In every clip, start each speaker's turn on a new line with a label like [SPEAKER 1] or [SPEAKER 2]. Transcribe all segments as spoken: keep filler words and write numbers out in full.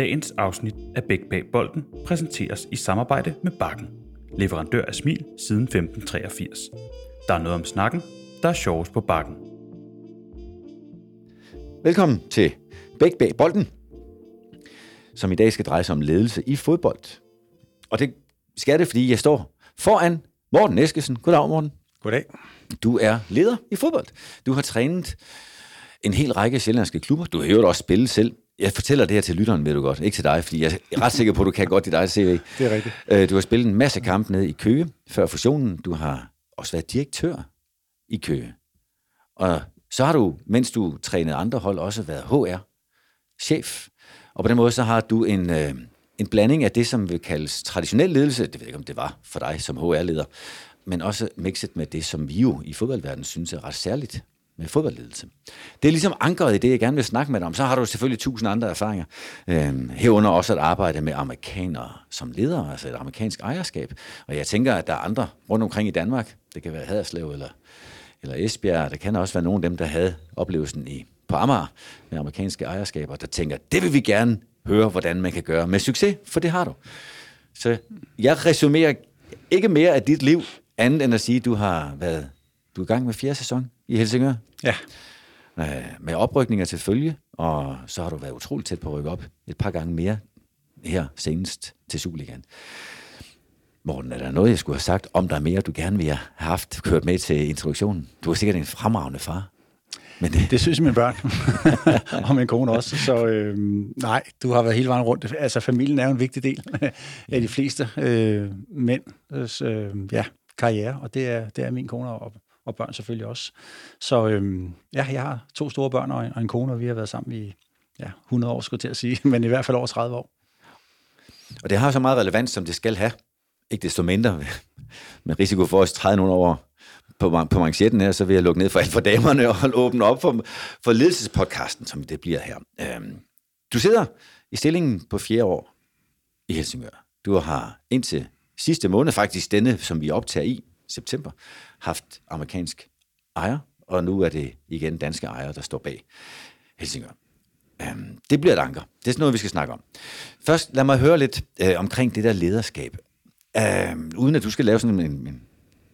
[SPEAKER 1] Dagens afsnit af Bæk bag bolden præsenteres i samarbejde med Bakken, leverandør af smil siden femten treogfirs. Der er noget om snakken, der er sjovest på Bakken.
[SPEAKER 2] Velkommen til Bæk bag bolden, som i dag skal dreje sig om ledelse i fodbold. Og det skal det, fordi jeg står foran Morten Eskesen. Goddag, Morten.
[SPEAKER 3] Goddag.
[SPEAKER 2] Du er leder i fodbold. Du har trænet en hel række sjællandske klubber. Du har jo også spillet selv. Jeg fortæller det her til lytteren, ved du godt. Ikke til dig, fordi jeg er ret sikker på, at du kan godt i dig C V.
[SPEAKER 3] Det er rigtigt.
[SPEAKER 2] Du har spillet en masse kampe nede i Køge før fusionen. Du har også været direktør i Køge. Og så har du, mens du trænede andre hold, også været H R-chef. Og på den måde så har du en, øh, en blanding af det, som vil kaldes traditionel ledelse. Det ved jeg ikke, om det var for dig som H R-leder. Men også mixet med det, som vi jo i fodboldverdenen synes er ret særligt med fodboldledelse. Det er ligesom ankeret i det, jeg gerne vil snakke med dig om. Så har du selvfølgelig tusind andre erfaringer. Øh, herunder også at arbejde med amerikanere som ledere, altså et amerikansk ejerskab. Og jeg tænker, at der er andre rundt omkring i Danmark. Det kan være Haderslev eller, eller Esbjerg. Der kan også være nogle af dem, der havde oplevelsen i, på Amager med amerikanske ejerskaber, der tænker, det vil vi gerne høre, hvordan man kan gøre med succes, for det har du. Så jeg resumerer ikke mere af dit liv, andet end at sige, at du har været du er i gang med fjerde sæson i Helsingør.
[SPEAKER 3] Ja.
[SPEAKER 2] Med oprykninger til følge, og så har du været utroligt tæt på at rykke op et par gange mere her senest til Superligaen. Morten, er der noget, jeg skulle have sagt, om der er mere, du gerne vil have haft kørt med til introduktionen? Du er sikkert en fremragende far.
[SPEAKER 3] Men det... det synes mine børn, og min kone også. Så øh, nej, du har været hele vejen rundt. Altså familien er jo en vigtig del af de fleste øh, mænds øh, ja, karriere, og det er, det er min kone og, og børn selvfølgelig også. Så øh, ja, jeg har to store børn og en, og en kone, og vi har været sammen i ja, hundrede år, skulle jeg til at sige, men i hvert fald over tredive år.
[SPEAKER 2] Og det har så meget relevans, som det skal have. Ikke desto mindre, med risiko for at træde nogle år på, på manchetten her, så vil jeg lukke ned for alt for damerne og åbne op for, for ledelsespodcasten, som det bliver her. Øhm, du sidder i stillingen på fjerde år i Helsingør. Du har indtil sidste måned, faktisk denne, som vi optager i, september, haft amerikansk ejer, og nu er det igen danske ejere, der står bag Helsingør. Øhm, det bliver et anker. Det er sådan noget, vi skal snakke om. Først lad mig høre lidt øh, omkring det der lederskab. Øh, uden at du skal lave sådan en, en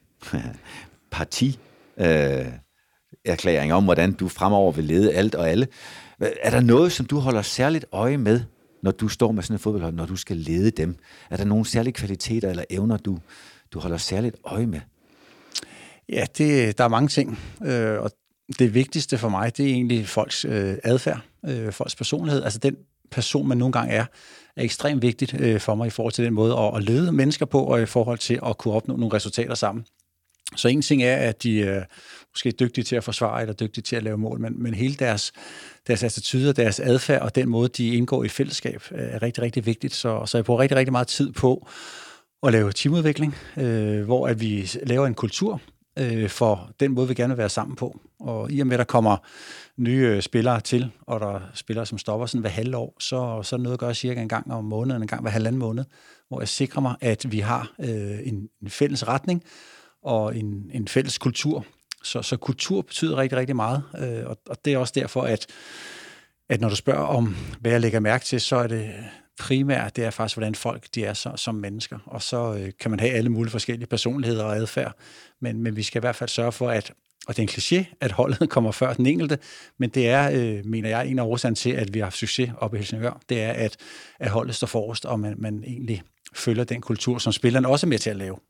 [SPEAKER 2] parti øh, erklæring om, hvordan du fremover vil lede alt og alle. Er der noget, som du holder særligt øje med, når du står med sådan et fodboldhold, når du skal lede dem? Er der nogle særlige kvaliteter eller evner, du, du holder særligt øje med?
[SPEAKER 3] Ja, det, der er mange ting, øh, og det vigtigste for mig, det er egentlig folks øh, adfærd, øh, folks personlighed. Altså den person, man nogle gange er, er ekstremt vigtigt øh, for mig i forhold til den måde at, at lede mennesker på, og i forhold til at kunne opnå nogle resultater sammen. Så en ting er, at de er måske dygtige til at forsvare, eller dygtige til at lave mål, men, men hele deres, deres attitude, deres adfærd, og den måde, de indgår i fællesskab, er rigtig, rigtig vigtigt. Så, så jeg bruger rigtig, rigtig meget tid på at lave teamudvikling, øh, hvor at vi laver en kultur øh, for den måde, vi gerne vil være sammen på. Og i og med, at der kommer nye øh, spillere til, og der er spillere, som stopper sådan hver halve år, så, så er det noget at gøre cirka en gang om måneden, en gang hver halvanden måned, hvor jeg sikrer mig, at vi har øh, en, en fælles retning, og en, en fælles kultur. Så, så kultur betyder rigtig, rigtig meget, øh, og, og det er også derfor, at, at når du spørger om, hvad jeg lægger mærke til, så er det primært, det er faktisk, hvordan folk de er så, som mennesker, og så øh, kan man have alle mulige forskellige personligheder og adfærd, men, men vi skal i hvert fald sørge for, at, og det er en kliché, at holdet kommer før den enkelte, men det er, øh, mener jeg, en af årsagen til, at vi har haft succes oppe i Helsingør, det er, at, at holdet står forrest, og man, man egentlig følger den kultur, som spillerne også er med til at lave.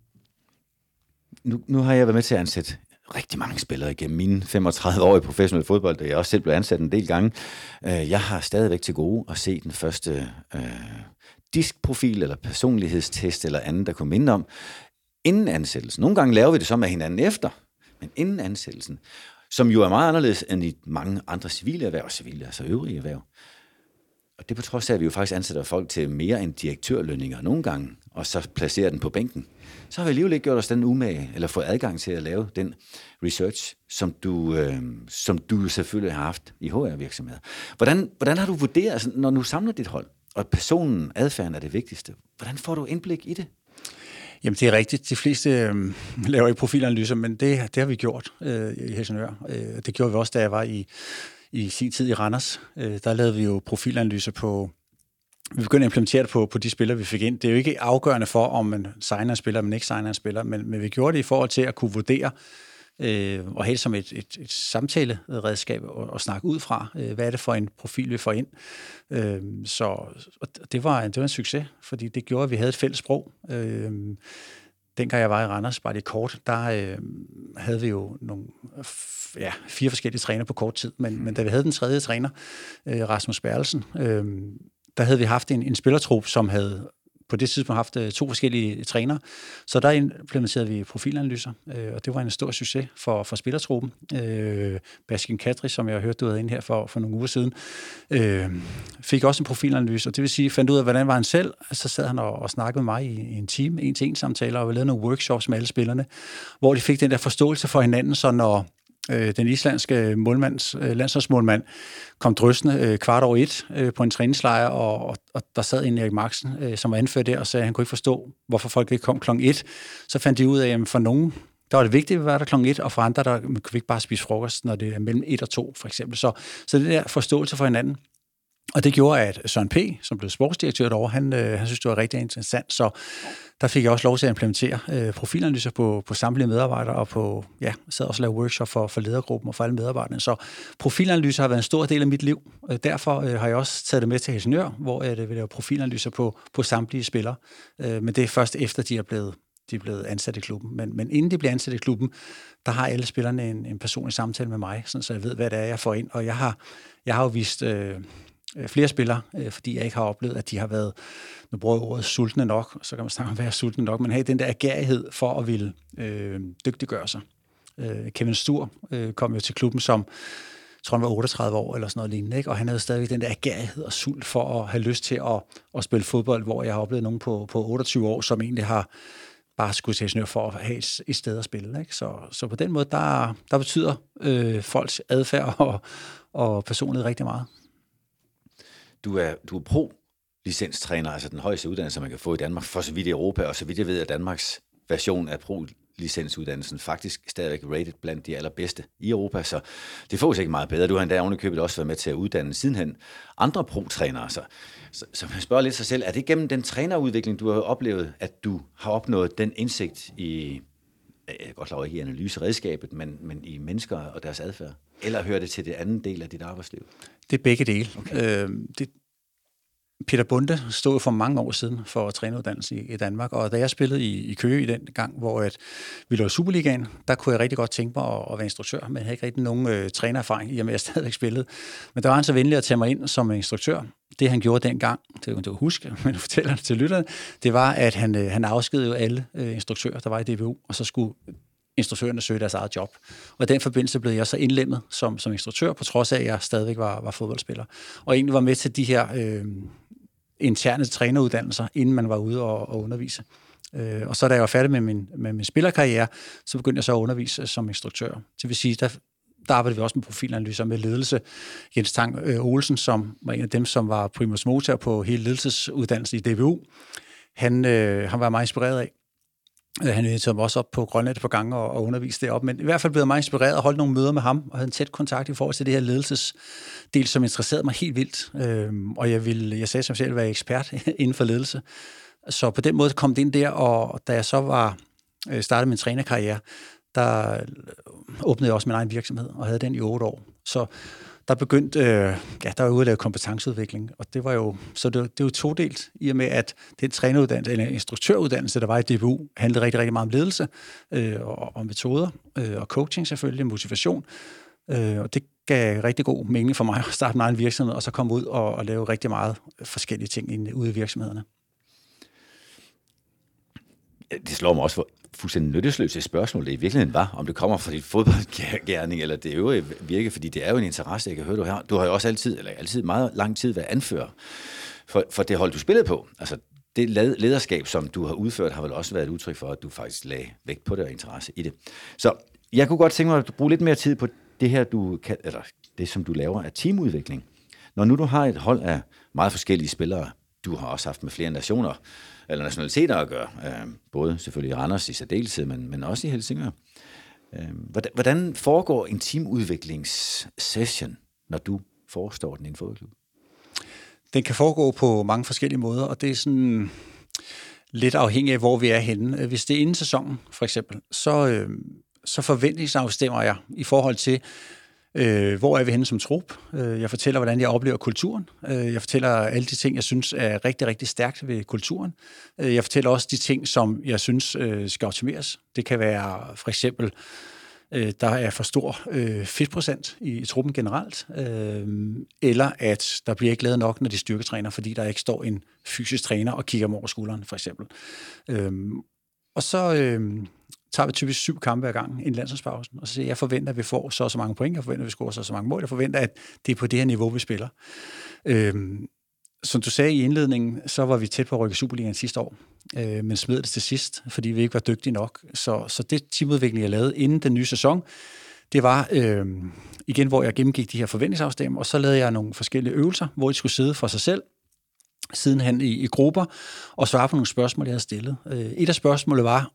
[SPEAKER 2] Nu, nu har jeg været med til at ansætte rigtig mange spillere igennem mine femogtredive år i professionel fodbold, og jeg også selv blev ansat en del gange. Jeg har stadigvæk til gode at se den første øh, diskprofil eller personlighedstest eller andet, der kunne minde om inden ansættelsen. Nogle gange laver vi det så med hinanden efter, men inden ansættelsen, som jo er meget anderledes end i mange andre civile erhverv, civile, altså øvrige erhverv. Og det på trods af, at vi jo faktisk ansætter folk til mere end direktørlønninger nogle gange, og så placerer den på bænken. Så har vi alligevel ikke gjort os den umage, eller fået adgang til at lave den research, som du, øh, som du selvfølgelig har haft i H R-virksomheder. Hvordan, hvordan har du vurderet, altså, når du samler dit hold, og personen, adfærden er det vigtigste, hvordan får du indblik i det?
[SPEAKER 3] Jamen, det er rigtigt. De fleste øh, laver ikke profilanalyser, men det, det har vi gjort øh, i Helsingør. Øh, det gjorde vi også, da jeg var i, i sin tid i Randers. Øh, der lavede vi jo profilanalyser på vi begyndte at implementere det på, på de spillere, vi fik ind. Det er jo ikke afgørende for, om man signer en spiller, men ikke signer en spiller, men, men vi gjorde det i forhold til at kunne vurdere, øh, og helt som et, et, et samtaleredskab og, og snakke ud fra, øh, hvad er det for en profil, vi får ind. Øh, så og det, var, det var en succes, fordi det gjorde, at vi havde et fælles sprog. Øh, dengang jeg var i Randers, bare lidt kort, der øh, havde vi jo nogle, ja, fire forskellige træner på kort tid, men, men da vi havde den tredje træner, øh, Rasmus Bertelsen, øh, der havde vi haft en, en spillertrup, som havde på det tidspunkt haft øh, to forskellige trænere. Så der implementerede vi profilanalyser, øh, og det var en stor succes for, for spillertruppen. Øh, Baskin Kadri, som jeg har hørt, du havde inde her for, for nogle uger siden, øh, fik også en profilanalyse, og det vil sige, fandt ud af, hvordan var han selv. Så sad han og, og snakkede med mig i, i en time, en-til-en-samtaler, og vi lavede nogle workshops med alle spillerne, hvor de fik den der forståelse for hinanden, så når den islandske målmands, landsholdsmålmand kom drøsende kvart over et på en træningslejr, og, og der sad en Erik Maxen, som var anført der, og sagde, at han kunne ikke forstå, hvorfor folk ikke kom klokken et. Så fandt de ud af, at for nogen, der var det vigtigt at være der klokken et, og for andre, der kunne vi ikke bare spise frokost, når det er mellem et og to, for eksempel. Så, så det der forståelse for hinanden. Og det gjorde, at Søren P., som blev sportsdirektør derovre, han, øh, han synes, det var rigtig interessant, så der fik jeg også lov til at implementere øh, profilanalyser på, på samtlige medarbejdere, og på, ja, sad også og lavede workshop for, for ledergruppen og for alle medarbejderne. Så profilanalyser har været en stor del af mit liv. Derfor øh, har jeg også taget det med til Helsingør, hvor jeg øh, vil lave profilanalyser på, på samtlige spillere. Øh, men det er først efter, de er blevet, de er blevet ansat i klubben. Men, men inden de bliver ansat i klubben, der har alle spillerne en, en personlig samtale med mig, sådan, så jeg ved, hvad det er, jeg får ind. Og jeg har, jeg har jo vist Øh, flere spillere, fordi jeg ikke har oplevet, at de har været, nu bruger jeg ordet, sultne nok, så kan man snakke om at være sultne nok, men have den der agerighed for at ville øh, dygtiggøre sig. Øh, Kevin Stur øh, kom jo til klubben som, jeg tror han var otteogtredive år eller sådan noget lignende, ikke? Og han havde stadigvæk den der agerighed og sult for at have lyst til at, at spille fodbold, hvor jeg har oplevet nogen på, på otteogtyve år, som egentlig har bare skulle til Helsingør for at have et, et sted at spille. Ikke? Så, så på den måde, der, der betyder øh, folks adfærd og, og personlighed rigtig meget.
[SPEAKER 2] Du er, du er pro-licenstræner, altså den højeste uddannelse, man kan få i Danmark, for så vidt i Europa, og så vidt jeg ved, at Danmarks version af pro-licensuddannelsen faktisk stadigvæk rated blandt de allerbedste i Europa, så det får sig ikke meget bedre. Du har endda ovenikøbet også været med til at uddanne sidenhen andre pro-trænere. Så, så, så man spørger lidt sig selv, er det gennem den trænerudvikling, du har oplevet, at du har opnået den indsigt i, jeg kan godt lave ikke i analyseredskabet, men, men i mennesker og deres adfærd? Eller hører det til det anden del af dit arbejdsliv?
[SPEAKER 3] Det er begge dele. Okay. Øh, det, Peter Bunde stod for mange år siden for træneruddannelsen i, i Danmark, og da jeg spillede i, i Køge i den gang, hvor at vi lå i Superligaen, der kunne jeg rigtig godt tænke mig at, at være instruktør, men jeg havde ikke rigtig nogen øh, trænererfaring, i og med at jeg stadigvæk spillede. Men der var han så venlig at tage mig ind som instruktør. Det han gjorde dengang, det kan du huske, men jeg fortæller det til lytterne, det var, at han, øh, han afskedede alle øh, instruktører, der var i D B U, og så skulle instruktørerne søge deres eget job. Og i den forbindelse blev jeg så indlemmet som, som instruktør, på trods af, at jeg stadigvæk var, var fodboldspiller. Og egentlig var med til de her øh, interne træneruddannelser, inden man var ude og, og undervise. Øh, og så da jeg var færdig med min, med min spillerkarriere, så begyndte jeg så at undervise som instruktør. Det vil sige, der, der arbejdede vi også med profilanalyser med ledelse. Jens Tang øh, Olsen, som var en af dem, som var primus motor på hele ledelsesuddannelsen i D B U, han, øh, han var meget inspireret af. Han inviterede mig også op på Grønland et par gange og, og underviste deroppe, men i hvert fald blev jeg meget inspireret og holdt nogle møder med ham, og havde en tæt kontakt i forhold til det her ledelsesdel, som interesserede mig helt vildt. Øhm, og jeg ville, jeg sagde som selv, være ekspert inden for ledelse. Så på den måde kom det ind der, og da jeg så var startede min trænerkarriere, der åbnede jeg også min egen virksomhed, og havde den i otte år. Så der begyndte, øh, ja, der var ude at lave kompetenceudvikling, og det var jo, så det, det er jo todelt, i og med, at den træneruddannelse, eller instruktøruddannelse, der var i D B U, handlede rigtig, rigtig meget om ledelse, øh, og, og metoder, øh, og coaching selvfølgelig, motivation, øh, og det gav rigtig god mening for mig at starte min egen virksomhed, og så komme ud og, og lave rigtig meget forskellige ting ude i virksomhederne.
[SPEAKER 2] Det slår mig også for fuldstændig nyttesløse spørgsmål, det i virkeligheden var, om det kommer fra dit fodboldgerning, eller det øvrige virke, fordi det er jo en interesse, jeg kan høre, du har. Du har jo også altid, eller altid meget lang tid været anfører for, for det hold, du spillede på. Altså, det lederskab, som du har udført, har vel også været et udtryk for, at du faktisk lagde vægt på det og interesse i det. Så jeg kunne godt tænke mig at bruge lidt mere tid på det her, du kan, eller det, som du laver af teamudvikling. Når nu du har et hold af meget forskellige spillere, du har også haft med flere nationer, eller nationaliteter at gøre, både selvfølgelig i Randers i særdeleshed, men, men også i Helsingør. Hvordan, hvordan foregår en teamudviklingssession, når du forestår den i en fodboldklub?
[SPEAKER 3] Den kan foregå på mange forskellige måder, og det er sådan lidt afhængigt af, hvor vi er henne. Hvis det er inden sæsonen, for eksempel, så, øh, så forventningsafstemmer jeg i forhold til, øh, hvor er vi henne som trup. Jeg fortæller, hvordan jeg oplever kulturen. Jeg fortæller alle de ting, jeg synes er rigtig, rigtig stærkt ved kulturen. Jeg fortæller også de ting, som jeg synes skal optimeres. Det kan være for eksempel, der er for stor øh, fedtprocent i, i truppen generelt, øh, eller at der bliver ikke lavet nok, når de styrketræner, fordi der ikke står en fysisk træner og kigger dem over skulderen, for eksempel. Øh, og så øh, tager vi typisk syv kampe ad gangen inden landsholdspausen, og så siger jeg, jeg forventer, at vi får så og så mange point, jeg forventer, at vi scorer så og så mange mål, jeg forventer, at det er på det her niveau, vi spiller. Øh, Som du sagde i indledningen, så var vi tæt på at rykke Superligaen sidste år, øh, men smed det til sidst, fordi vi ikke var dygtige nok. Så, så det teamudvikling, jeg lavede inden den nye sæson, det var øh, igen, hvor jeg gennemgik de her forventningsafstemninger, og så lavede jeg nogle forskellige øvelser, hvor de skulle sidde for sig selv, sidenhen i, i grupper, og svare på nogle spørgsmål, jeg havde stillet. Øh, et af spørgsmålene var,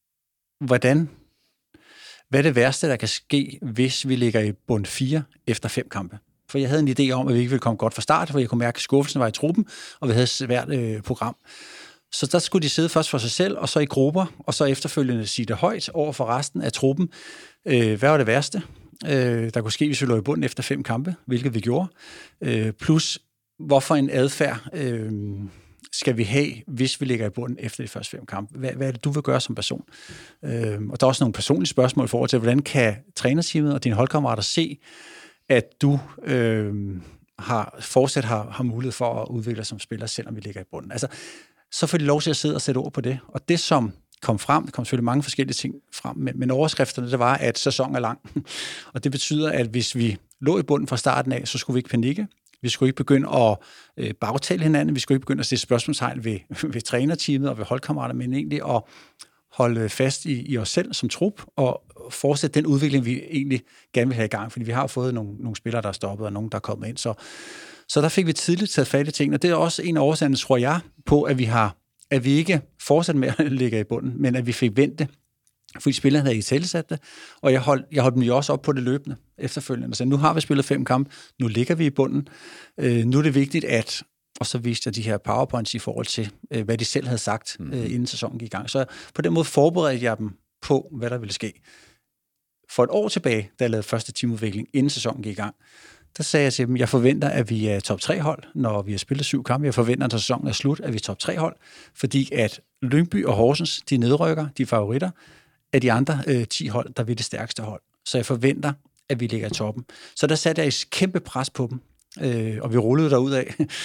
[SPEAKER 3] hvordan, hvad er det værste, der kan ske, hvis vi ligger i bund fire efter fem kampe? For jeg havde en idé om, at vi ikke ville komme godt fra start, for jeg kunne mærke, at skuffelsen var i truppen, og vi havde et svært øh, program. Så der skulle de sidde først for sig selv, og så i grupper, og så efterfølgende sige det højt over for resten af truppen. Øh, hvad var det værste, øh, der kunne ske, hvis vi lå i bunden efter fem kampe, hvilket vi gjorde. Øh, plus, hvorfor en adfærd øh, skal vi have, hvis vi ligger i bunden efter de første fem kampe? Hvad, hvad er det, du vil gøre som person? Øh, og der er også nogle personlige spørgsmål i forhold til, hvordan kan trænerteamet og dine holdkammerater se, at du øh, har, fortsat har, har mulighed for at udvikle dig som spiller, selvom vi ligger i bunden. Altså, så får de lov til at sidde og sætte ord på det. Og det, som kom frem, der kom selvfølgelig mange forskellige ting frem, men, men overskrifterne, det var, at sæsonen er lang. Og det betyder, at hvis vi lå i bunden fra starten af, så skulle vi ikke panikke. Vi skulle ikke begynde at øh, bagtale hinanden. Vi skulle ikke begynde at stille spørgsmålstegn ved, ved trænerteamet og ved holdkammerater, men egentlig at holde fast i, i os selv som trup og fortsætte den udvikling, vi egentlig gerne vil have i gang, fordi vi har fået nogle, nogle spillere, der er stoppet, og nogle, der er kommet ind. Så, så der fik vi tidligt taget fat i tingene, og det er også en af årsagerne, tror jeg, på, at vi har, at vi ikke fortsat med at ligge i bunden, men at vi fik vendt det, fordi spillerne havde ikke tilsat det, og jeg holdt, jeg holdt dem jo også op på det løbende efterfølgende. Så nu har vi spillet fem kampe, nu ligger vi i bunden, øh, nu er det vigtigt, at og så viste jeg de her powerpoints i forhold til, øh, hvad de selv havde sagt, øh, inden sæsonen gik i gang. Så på den måde forberedte jeg dem på, hvad der ville ske. For et år tilbage, da jeg lavede første teamudvikling, inden sæsonen gik i gang, der sagde jeg til dem, jeg forventer, at vi er top tre hold, når vi har spillet syv kampe. Jeg forventer, at sæsonen er slut, at vi er top tre hold, fordi at Lyngby og Horsens, de nedrykker, de favoritter, af de andre øh, ti hold, der vil det stærkeste hold. Så jeg forventer, at vi ligger i toppen. Så der satte jeg et kæmpe pres på dem, øh, og vi rullede derudad.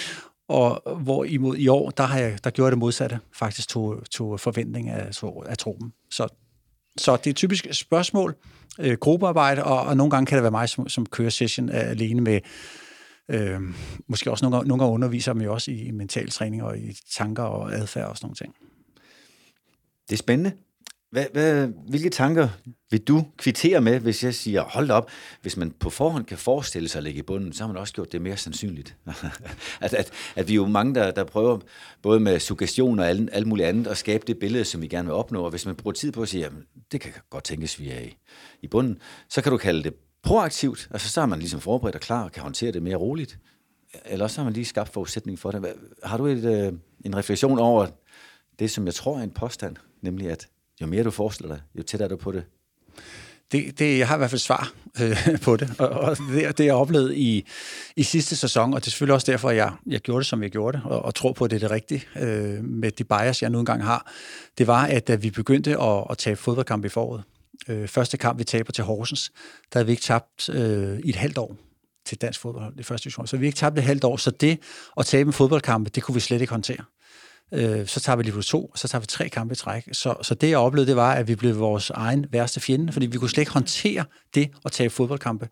[SPEAKER 3] Og hvor imod i år, der har jeg, der gjorde jeg det modsatte, faktisk tog, tog forventning af, tog, af truppen. Så, så det er typisk spørgsmål, øh, gruppearbejde, og, og nogle gange kan det være mig, som, som kører session alene med, øh, måske også nogle gange, nogle gange underviser dem jo også i, i mental træning og i tanker og adfærd og sådan nogle ting.
[SPEAKER 2] Det er spændende. Hvad, hvad, hvilke tanker vil du kvittere med, hvis jeg siger, hold op, hvis man på forhånd kan forestille sig at ligge i bunden, så har man også gjort det mere sandsynligt. at, at, at vi er jo mange, der, der prøver både med suggestion og alt, alt muligt andet at skabe det billede, som vi gerne vil opnå, og hvis man bruger tid på at sige, jamen, det kan godt tænkes, vi er i, i bunden, så kan du kalde det proaktivt, altså så er man ligesom forberedt og klar og kan håndtere det mere roligt, eller også har man lige skabt forudsætning for det. Har du et, en refleksion over det, som jeg tror er en påstand, nemlig at jo mere du forestiller dig, jo tættere er du på det?
[SPEAKER 3] Det, det, jeg har i hvert fald svar øh, på det, og, og det, det jeg oplevede i, i sidste sæson, og det er selvfølgelig også derfor, jeg, jeg gjorde det, som jeg gjorde det, og, og tror på, at det er det rigtige øh, med de bias, jeg nu engang har, det var, at da vi begyndte at, at tabe fodboldkamp i foråret, øh, første kamp, vi taber til Horsens, der havde vi ikke tabt øh, i et halvt år til dansk fodbold i første division, så vi ikke tabt et halvt år, så det at tabe en fodboldkamp, det kunne vi slet ikke håndtere. Så tager vi lige på to, og så tager vi tre kampe i træk. Så, så det, jeg oplevede, det var, at vi blev vores egen værste fjende, fordi vi kunne slet ikke håndtere det at tabe fodboldkampe.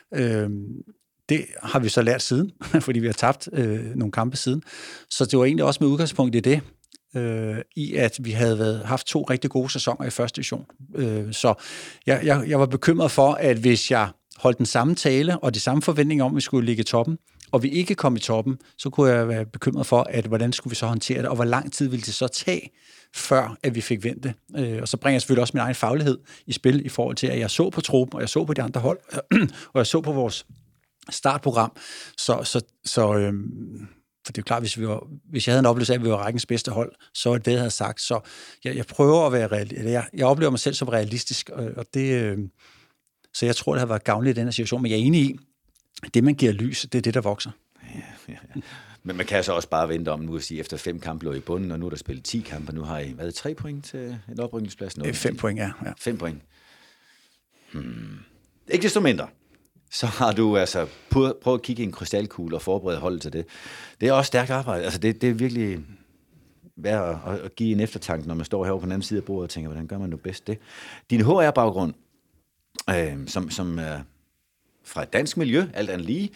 [SPEAKER 3] Det har vi så lært siden, fordi vi har tabt øh, nogle kampe siden. Så det var egentlig også med udgangspunkt i det, øh, i at vi havde været, haft to rigtig gode sæsoner i første division. Øh, så jeg, jeg, jeg var bekymret for, at hvis jeg holdt den samme tale og de samme forventninger om, at vi skulle ligge i toppen, og vi ikke kom i toppen, så kunne jeg være bekymret for, at hvordan skulle vi så håndtere det, og hvor lang tid ville det så tage, før at vi fik vendt det. Øh, og så bringer jeg selvfølgelig også min egen faglighed i spil, i forhold til, at jeg så på truppen, og jeg så på de andre hold, og jeg så på vores startprogram. Så, så, så øhm, For det er jo klart, hvis, vi var, hvis jeg havde en oplevelse af, at vi var rækkens bedste hold, så var det det, jeg havde sagt. Så jeg, jeg prøver at være realistisk. Jeg, jeg oplever mig selv som realistisk, og, og det, øh, så jeg tror, det har været gavnligt i den her situation. Men jeg er enig i, at det, man giver lys, det er det, der vokser.
[SPEAKER 2] Ja, ja, ja. Men man kan så også bare vente om nu at sige, efter fem kampe lå i bunden, og nu er der spillet ti kampe, nu har I været tre point til en oprykningsplads?
[SPEAKER 3] Øh, fem point, ja. ja.
[SPEAKER 2] Fem point. Hmm. Ikke desto mindre. Så har du altså prøvet at kigge i en krystalkugle og forberede holdet til det. Det er også stærkt arbejde. Altså det, det er virkelig værd at, at give en eftertanke, når man står herovre på den anden side af bordet og tænker, hvordan gør man nu bedst det? Din H R-baggrund, øh, som, som er fra et dansk miljø, alt andet lige,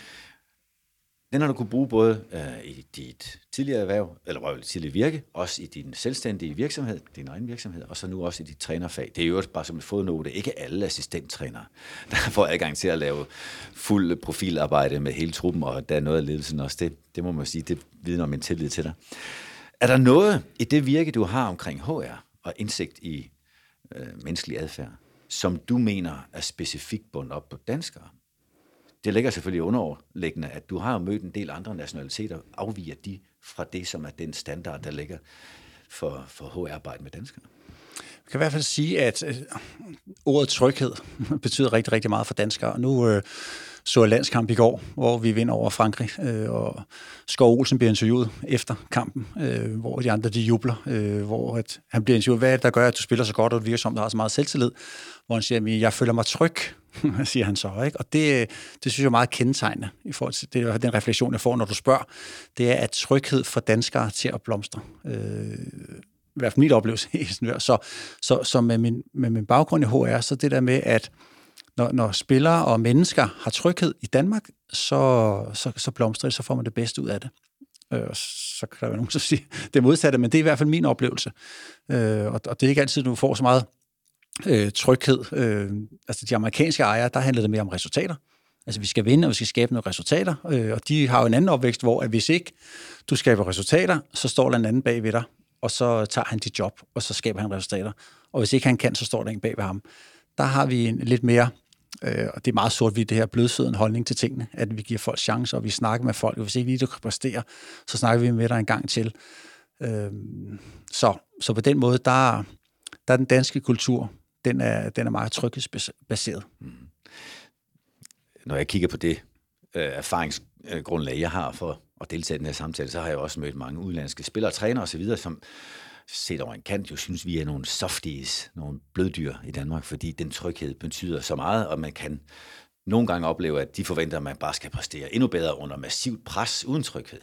[SPEAKER 2] den har du kunne bruge både øh, i dit tidligere erhverv, eller var det tidligere virke, også i din selvstændige virksomhed, din egen virksomhed, og så nu også i dit trænerfag. Det er jo bare som et fodnote. Ikke alle assistenttrænere, der får adgang til at lave fuld profilarbejde med hele truppen, og der er noget af ledelsen også. Det, det må man sige, det vidner om en tillid til dig. Er der noget i det virke, du har omkring H R og indsigt i øh, menneskelig adfærd, som du mener er specifikt bundet op på danskere? Det ligger selvfølgelig underliggende, at du har mødt en del andre nationaliteter. Afviger de fra det, som er den standard, der ligger for, for H R-arbejde med danskere?
[SPEAKER 3] Jeg kan i hvert fald sige, at øh, ordet tryghed betyder rigtig, rigtig meget for danskere. Og nu øh, så jeg landskamp i går, hvor vi vinder over Frankrig, øh, og Skov Olsen bliver interviewet efter kampen, øh, hvor de andre de jubler, øh, hvor at han bliver interviewet, hvad er det, der gør, at du spiller så godt, og du virker som, du har så meget selvtillid, hvor han siger, at jeg føler mig tryg, siger han så, ikke? Og det, det synes jeg er meget kendetegnende i forhold til det, den refleksion, jeg får, når du spørger, det er, at tryghed for danskere til at blomstre. Øh, i hvert fald min oplevelse i sådan så, så, så med, min, med min baggrund i H R, så det der med, at når, når spillere og mennesker har tryghed i Danmark, så, så, så blomstrer det, så får man det bedste ud af det. Øh, så kan der være nogen, som siger det modsatte, men det er i hvert fald min oplevelse. Øh, og, og det er ikke altid, du får så meget øh, tryghed. Øh, altså de amerikanske ejere, der handler det mere om resultater. Altså vi skal vinde, og vi skal skabe nogle resultater, øh, og de har jo en anden opvækst, hvor at hvis ikke du skaber resultater, så står der en anden bag ved dig, og så tager han dit job, og så skaber han resultater. Og hvis ikke han kan, så står der en bag ved ham. Der har vi en lidt mere, øh, og det er meget sort-hvidt, det her blødsøden holdning til tingene, at vi giver folk chancer, og vi snakker med folk, og hvis ikke lige du kan præstere, så snakker vi med dig en gang til. Øh, så, så på den måde, der, der er den danske kultur, den er, den er meget tryghedsbaseret. Mm.
[SPEAKER 2] Når jeg kigger på det øh, erfaringsgrundlag, jeg har for at deltage i den her samtale, så har jeg også mødt mange udenlandske spillere, trænere osv., som set over en kant jo synes, vi er nogle softies, nogle bløddyr i Danmark, fordi den tryghed betyder så meget, og man kan nogle gange opleve, at de forventer, at man bare skal præstere endnu bedre under massivt pres uden tryghed.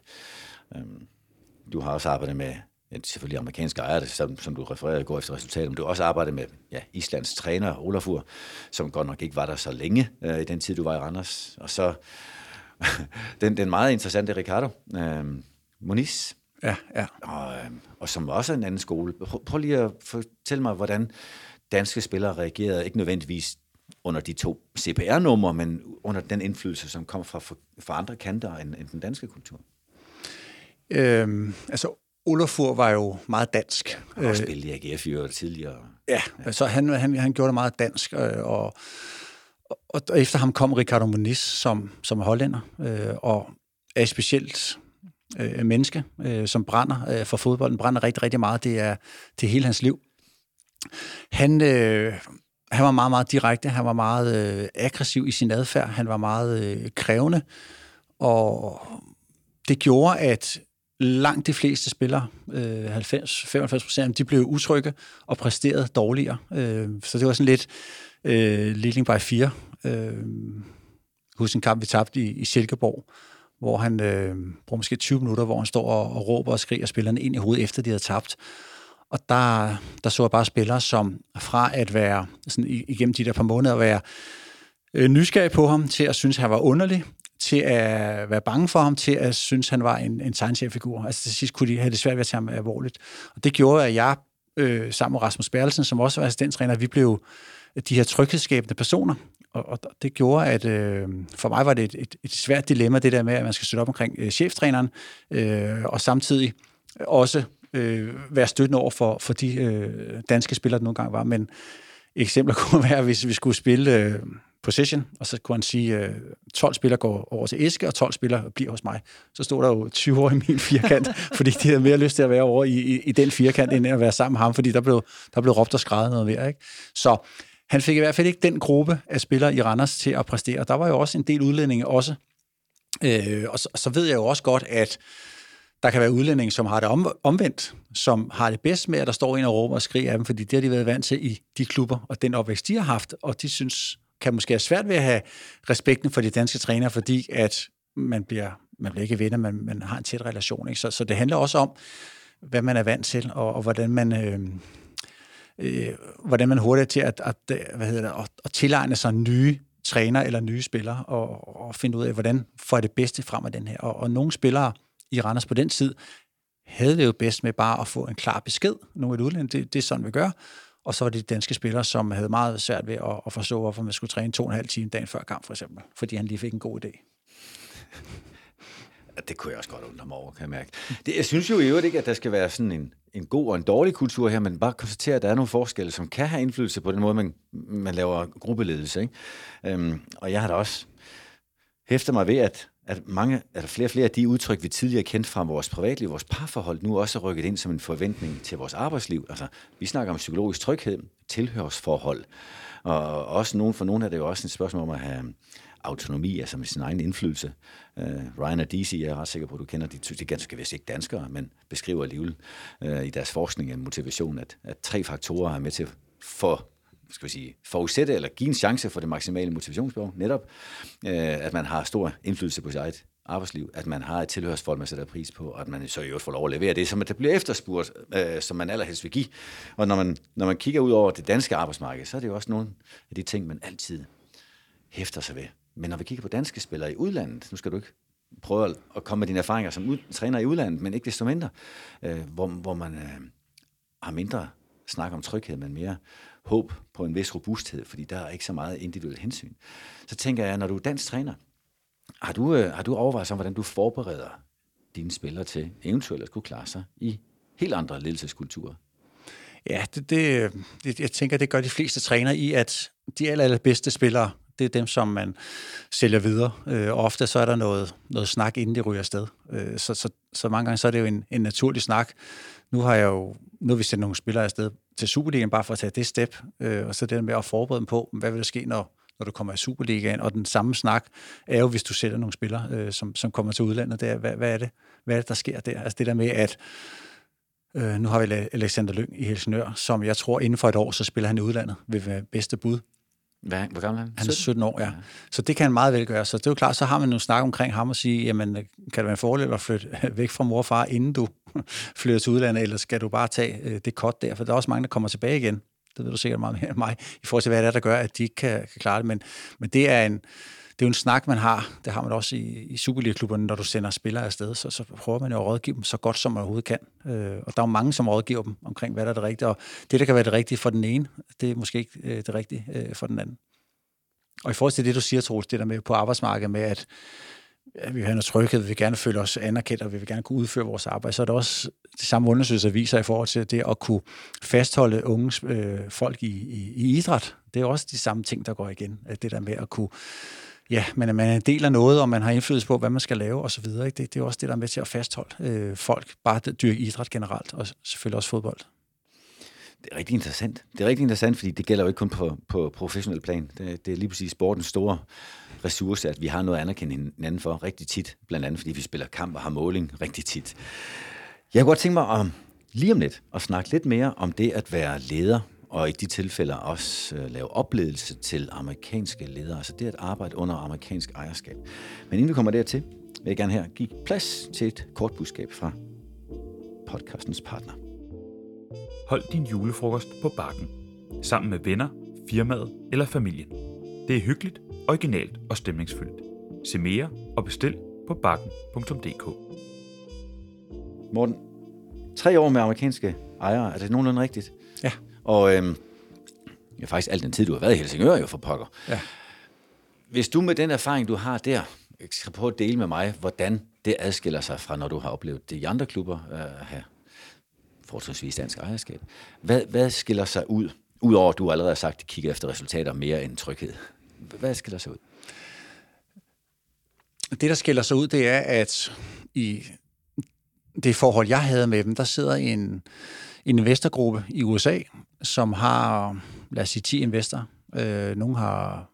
[SPEAKER 2] Du har også arbejdet med selvfølgelig amerikanske ejere, som, som du refererede går efter resultater, men du har også arbejdet med ja, Islands træner, Olafur, som godt nok ikke var der så længe øh, i den tid, du var i Randers. Og så den, den meget interessante Ricardo øh, Moniz,
[SPEAKER 3] ja, ja.
[SPEAKER 2] Og, øh, og som også er en anden skole. Prøv, prøv lige at fortælle mig, hvordan danske spillere reagerede, ikke nødvendigvis under de to C P R-numre, men under den indflydelse, som kom fra, fra andre kanter end, end den danske kultur.
[SPEAKER 3] Øhm, altså Olafur var jo meget dansk.
[SPEAKER 2] Han har spillet i A G F jo tidligere.
[SPEAKER 3] Ja, ja. Så han, han, han gjorde det meget dansk, og, og, og efter ham kom Ricardo Moniz, som, som er hollænder, øh, og er specielt øh, menneske, øh, som brænder øh, for fodbolden, brænder rigtig, rigtig meget. Det er til hele hans liv. Han, øh, han var meget, meget direkte, han var meget øh, aggressiv i sin adfærd, han var meget øh, krævende, og det gjorde, at langt de fleste spillere, øh, halvfems til femoghalvfems procent, de blev utrygge og præsterede dårligere. Øh, så det var sådan lidt øh, leading by fire. Øh, husk en kamp, vi tabte i, i Silkeborg, hvor han øh, bruger måske tyve minutter, hvor han står og, og råber og skriger spillerne ind i hovedet, efter de havde tabt. Og der, der så jeg bare spillere, som fra at være sådan, igennem de der par måneder, at være øh, nysgerrig på ham, til at synes, at han var underlig, til at være bange for ham, til at synes, han var en, en tegneseriefigur. Altså til sidst kunne de have det svært ved at tage ham alvorligt. Og det gjorde, at jeg øh, sammen med Rasmus Bertelsen, som også var assistenttræner, vi blev de her tryghedsskabende personer. Og, og det gjorde, at øh, for mig var det et, et, et svært dilemma, det der med, at man skal støtte op omkring øh, cheftræneren, øh, og samtidig også øh, være støttende over for, for de øh, danske spillere, der nogle gange var. Men eksempler kunne være, hvis vi skulle spille øh, possession, og så kunne han sige, øh, tolv spillere går over til Eske, og tolv spillere bliver hos mig. Så stod der jo tyve år i min firkant, fordi de havde mere lyst til at være over i, i, i den firkant, end at være sammen med ham, fordi der blev, der blev råbt og skreget noget mere. Ikke? Så han fik i hvert fald ikke den gruppe af spillere i Randers til at præstere. Der var jo også en del udlændinge også. Øh, og, så, og så ved jeg jo også godt, at der kan være udlændinge, som har det om, omvendt, som har det bedst med, at der står en og råber og skriger af dem, fordi det har de været vant til i de klubber, og den opvækst, de har haft, og de synes, kan måske have svært ved at have respekten for de danske trænere, fordi at man bliver, man bliver ikke venner, man, man har en tæt relation. Ikke? Så, så det handler også om, hvad man er vant til, og, og hvordan man... Øh, øh, hvordan man hurtigt er til at, at, hvad hedder det, at, at tilegne sig nye træner eller nye spillere, og, og finde ud af, hvordan får jeg det bedste frem af den her. Og, og nogle spillere i Randers på den tid havde det jo bedst med bare at få en klar besked. Nogle af de udlændinge, det, det er sådan, vi gør. Og så var det de danske spillere, som havde meget svært ved at, at forstå, hvorfor man skulle træne to og en halv time dagen før kamp, for eksempel. Fordi han lige fik en god idé.
[SPEAKER 2] Det kunne jeg også godt undre mig over, kan jeg mærke. Det, jeg synes jo i øvrigt ikke, at der skal være sådan en, en god og en dårlig kultur her, men bare konstatere, at der er nogle forskelle, som kan have indflydelse på den måde, man, man laver gruppeledelse. Ikke? Øhm, og jeg har da også hæftet mig ved, at, at mange, at flere og flere af de udtryk, vi tidligere kendte fra vores privatliv, vores parforhold, nu også er rykket ind som en forventning til vores arbejdsliv. Altså, vi snakker om psykologisk tryghed, tilhørsforhold, og også nogen, for nogle er det jo også et spørgsmål om at have autonomi, altså med sin egen indflydelse. Uh, Ryan og Deasy, jeg er ret sikker på, at du kender de, de ganske vist ikke danskere, men beskriver alligevel uh, i deres forskning af motivation, at, at tre faktorer er med til for, skal vi sige, forudsætte eller give en chance for det maksimale motivationsbehov. Netop, uh, at man har stor indflydelse på sit eget arbejdsliv, at man har et tilhørsforhold, man sætter pris på, og at man så i øvrigt får lov at levere det, som at det bliver efterspurgt, uh, som man allerhelst vil give. Og når man, når man kigger ud over det danske arbejdsmarked, så er det jo også nogle af de ting, man altid hæfter sig ved. Men når vi kigger på danske spillere i udlandet, nu skal du ikke prøve at komme med dine erfaringer som ud, træner i udlandet, men ikke desto mindre, øh, hvor, hvor man øh, har mindre snak om tryghed, men mere håb på en vis robusthed, fordi der er ikke så meget individuelt hensyn. Så tænker jeg, når du er dansk træner, har du, øh, har du overvejet om, hvordan du forbereder dine spillere til eventuelt at skulle klare sig i helt andre ledelseskulturer?
[SPEAKER 3] Ja, det, det, det, jeg tænker, det gør de fleste trænere i, at de aller, allerbedste spillere, det er dem, som man sælger videre. Øh, og ofte så er der noget, noget snak, inden det ryger afsted. Øh, så, så, så mange gange så er det jo en, en naturlig snak. Nu har jeg jo, nu har vi sendt nogle spillere afsted til Superligaen, bare for at tage det step, øh, og så det med at forberede dem på, hvad vil der ske, når, når du kommer i Superligaen, og den samme snak er jo, hvis du sætter nogle spillere, øh, som, som kommer til udlandet, det er, hvad, hvad er det, hvad er det, der sker der? Altså det der med, at øh, nu har vi Alexander Lyng i Helsingør, som jeg tror, inden for et år, så spiller han i udlandet, vil være bedste bud.
[SPEAKER 2] Hvad, hvor gammel er han?
[SPEAKER 3] Han er sytten år, ja. Så det kan han meget vel gøre. Så det er jo klart, så har man nogle snak omkring ham og sige, jamen, kan det være en fordel at flytte væk fra mor og far, inden du flytter til udlandet, eller skal du bare tage det cut der? For der er også mange, der kommer tilbage igen. Det ved du sikkert meget mere end mig, i forhold til, hvad det er, der gør, at de ikke kan, kan klare det. Men, men det er en... Det er jo en snak, man har. Det har man også i, i Superliga-klubberne, når du sender spillere afsted. Så, så prøver man jo at rådgive dem så godt, som man overhovedet kan. Øh, og der er jo mange, som rådgiver dem omkring, hvad der er det rigtige. Og det, der kan være det rigtige for den ene, det er måske ikke øh, det rigtige øh, for den anden. Og i forhold til det, du siger, Troels, det der med på arbejdsmarkedet med, at ja, vi vil have noget tryghed, vi vil gerne føle os anerkendt, og vi vil gerne kunne udføre vores arbejde, så er det også det samme undersøgelser viser i forhold til det at kunne fastholde unge øh, folk i, i, i idræt. Det er også de samme ting, der går igen. Det der med at kunne, ja, men man er en del af noget, og man har indflydelse på, hvad man skal lave osv. Det, det er også det, der er med til at fastholde øh, folk, bare dyrke idræt generelt, og selvfølgelig også fodbold.
[SPEAKER 2] Det er rigtig interessant. Det er rigtig interessant, fordi det gælder jo ikke kun på, på professionel plan. Det, det er lige præcis sportens store ressource, at vi har noget at anerkende hinanden for rigtig tit, blandt andet fordi vi spiller kamp og har måling rigtig tit. Jeg kunne godt tænke mig om, lige om lidt at snakke lidt mere om det at være leder, og i de tilfælde også uh, lave opledelse til amerikanske ledere, altså det at arbejde under amerikansk ejerskab. Men inden vi kommer dertil, vil jeg gerne her give plads til et kort budskab fra podcastens partner.
[SPEAKER 1] Hold din julefrokost på Bakken. Sammen med venner, firmaet eller familien. Det er hyggeligt, originalt og stemningsfyldt. Se mere og bestil på bakken punktum d k.
[SPEAKER 2] Morten, tre år med amerikanske ejere, er det nogenlunde rigtigt?
[SPEAKER 3] Ja.
[SPEAKER 2] Og øhm, ja, faktisk al den tid, du har været i Helsingør, jo for pokker.
[SPEAKER 3] Ja.
[SPEAKER 2] Hvis du med den erfaring, du har der, skal prøve at dele med mig, hvordan det adskiller sig fra, når du har oplevet det i andre klubber øh, her, fortrinsvis dansk ejerskab. Hvad, hvad skiller sig ud Udover at du allerede har sagt, at de kigger efter resultater mere end tryghed. Hvad skal der så ud?
[SPEAKER 3] Det, der skiller sig ud, det er, at i det forhold, jeg havde med dem, der sidder en, en investorgruppe i U S A, som har, lad os sige, ti investorer. Øh, nogle har